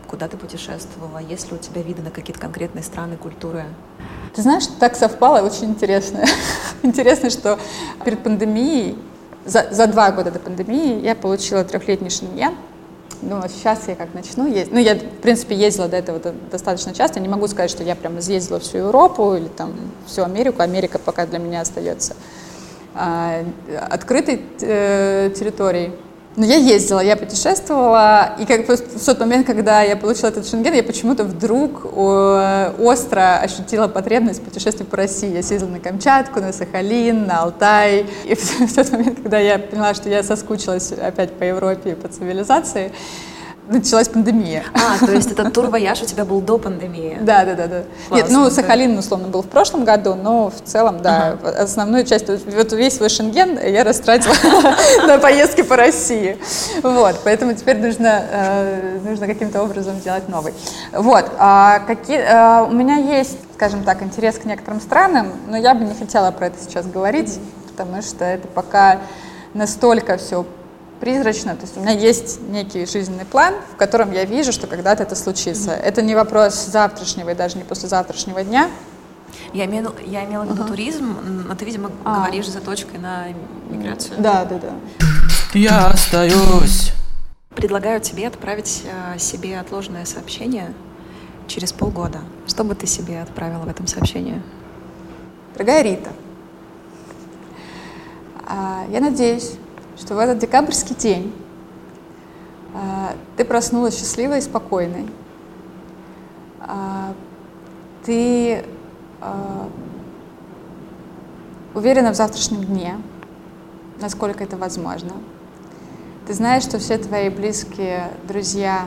куда ты путешествовала, есть ли у тебя виды на какие-то конкретные страны, культуры? Ты знаешь, так совпало, очень интересно. Интересно, что перед пандемией, за 2 года до пандемии я получила 3-летний Шенген. Думала, сейчас я как начну ездить. Я, в принципе, ездила до этого достаточно часто. Не могу сказать, что я прям изъездила всю Европу или там всю Америку. Америка пока для меня остается открытой территорией. Но я ездила, я путешествовала, и как в тот момент, когда я получила этот Шенген, я почему-то вдруг остро ощутила потребность путешествовать по России. Я съездила на Камчатку, на Сахалин, на Алтай. И в тот момент, когда я поняла, что я соскучилась опять по Европе и по цивилизации, началась пандемия. То есть этот тур-вояж у тебя был до пандемии? Да. Нет, Сахалин, условно, был в прошлом году, но в целом, да, основную часть, вот весь свой Шенген я растратила на поездки по России. Вот, поэтому теперь нужно каким-то образом сделать новый. Вот, у меня есть, скажем так, интерес к некоторым странам, но я бы не хотела про это сейчас говорить, потому что это пока настолько все призрачно, то есть у меня есть некий жизненный план, в котором я вижу, что когда-то это случится. Это не вопрос завтрашнего и даже не послезавтрашнего дня. Я имела в виду туризм, но ты, видимо, говоришь за точкой на миграцию. Да. Я остаюсь. Предлагаю тебе отправить себе отложенное сообщение через полгода. Что бы ты себе отправила в этом сообщении? Дорогая Рита, я надеюсь, что в этот декабрьский день ты проснулась счастливой и спокойной. Ты уверена в завтрашнем дне, насколько это возможно. Ты знаешь, что все твои близкие друзья,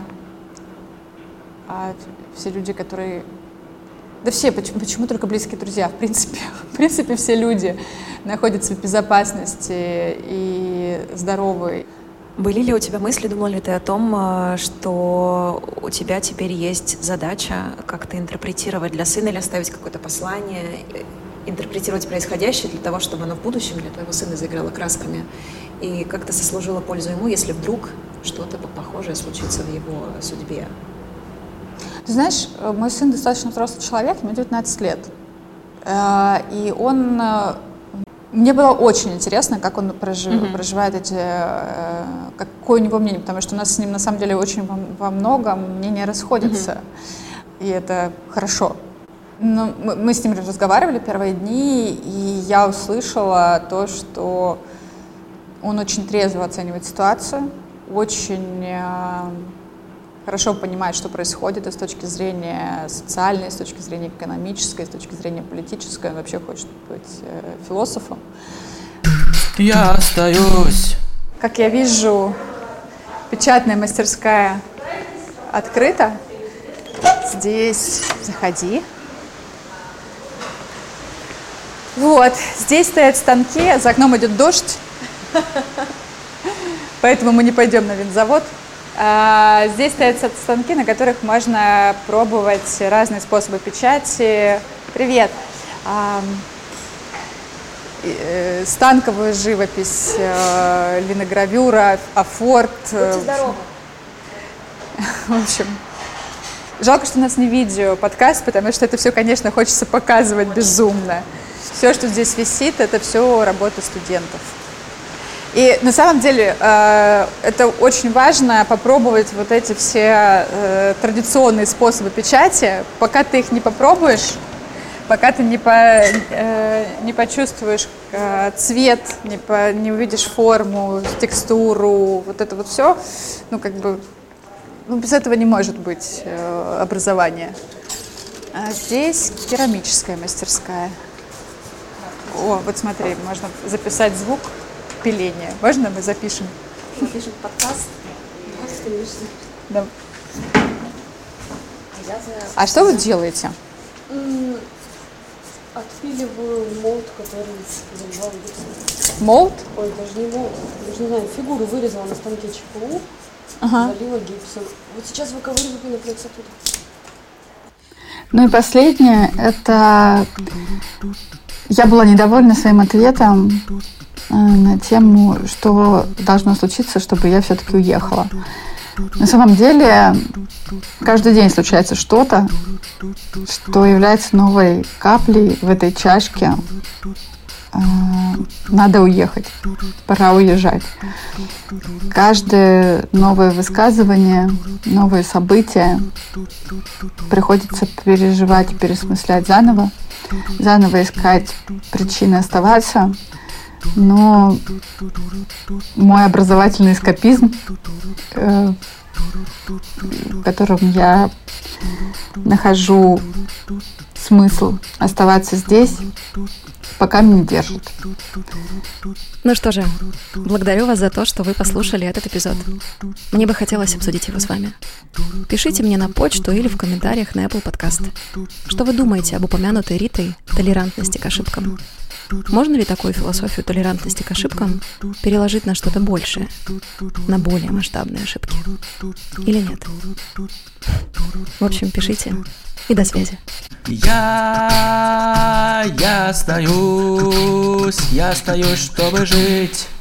все люди, которые... Да все, почему только близкие друзья? В принципе, все люди находятся в безопасности и здоровы. Были ли у тебя мысли, думала ли ты о том, что у тебя теперь есть задача как-то интерпретировать для сына или оставить какое-то послание, интерпретировать происходящее для того, чтобы оно в будущем для твоего сына заиграло красками и как-то сослужило пользу ему, если вдруг что-то похожее случится в его судьбе? Ты знаешь, мой сын достаточно взрослый человек, ему 19 лет. И мне было очень интересно, как он проживает какое у него мнение, потому что у нас с ним на самом деле очень во многом мнения расходятся. И это хорошо. Но мы с ним разговаривали первые дни, и я услышала то, что он очень трезво оценивает ситуацию, очень хорошо понимает, что происходит и с точки зрения социальной, с точки зрения экономической, с точки зрения политической. Он вообще хочет быть философом. Я остаюсь. Как я вижу, печатная мастерская открыта. Здесь заходи. Вот, здесь стоят станки, за окном идет дождь, поэтому мы не пойдем на винзавод. Здесь стоят станки, на которых можно пробовать разные способы печати. Привет! Станковую живопись, линогравюра, афорт. Будьте здоровы! В общем, жалко, что у нас не видео подкаст, потому что это все, конечно, хочется показывать безумно. Все, что здесь висит, это все работа студентов. И на самом деле это очень важно попробовать вот эти все традиционные способы печати. Пока ты их не попробуешь, пока ты не почувствуешь цвет, не увидишь форму, текстуру, вот это вот все, без этого не может быть образования. А здесь керамическая мастерская. О, вот смотри, можно записать звук пиления. Можно мы запишем? Запишем подкаст. Да. А что вы делаете? Отпиливаю молд, который заливал гипсом. Молд? Ой, даже не молд. Даже не знаю, фигуру вырезала на станке ЧПУ, залила гипсом. Вот сейчас выковыриваю пеноплекс оттуда. Ну и последнее, это я была недовольна своим ответом на тему, что должно случиться, чтобы я все-таки уехала. На самом деле, каждый день случается что-то, что является новой каплей в этой чашке. Надо уехать, пора уезжать. Каждое новое высказывание, новые события приходится переживать, пересмыслять заново искать причины оставаться. Но мой образовательный эскапизм, в котором я нахожу смысл оставаться здесь, пока меня держит. Ну что же, благодарю вас за то, что вы послушали этот эпизод. Мне бы хотелось обсудить его с вами. Пишите мне на почту или в комментариях на Apple Podcast. Что вы думаете об упомянутой Ритой толерантности к ошибкам? Можно ли такую философию толерантности к ошибкам переложить на что-то большее, на более масштабные ошибки? Или нет? В общем, пишите. И до связи. Я остаюсь, чтобы жить.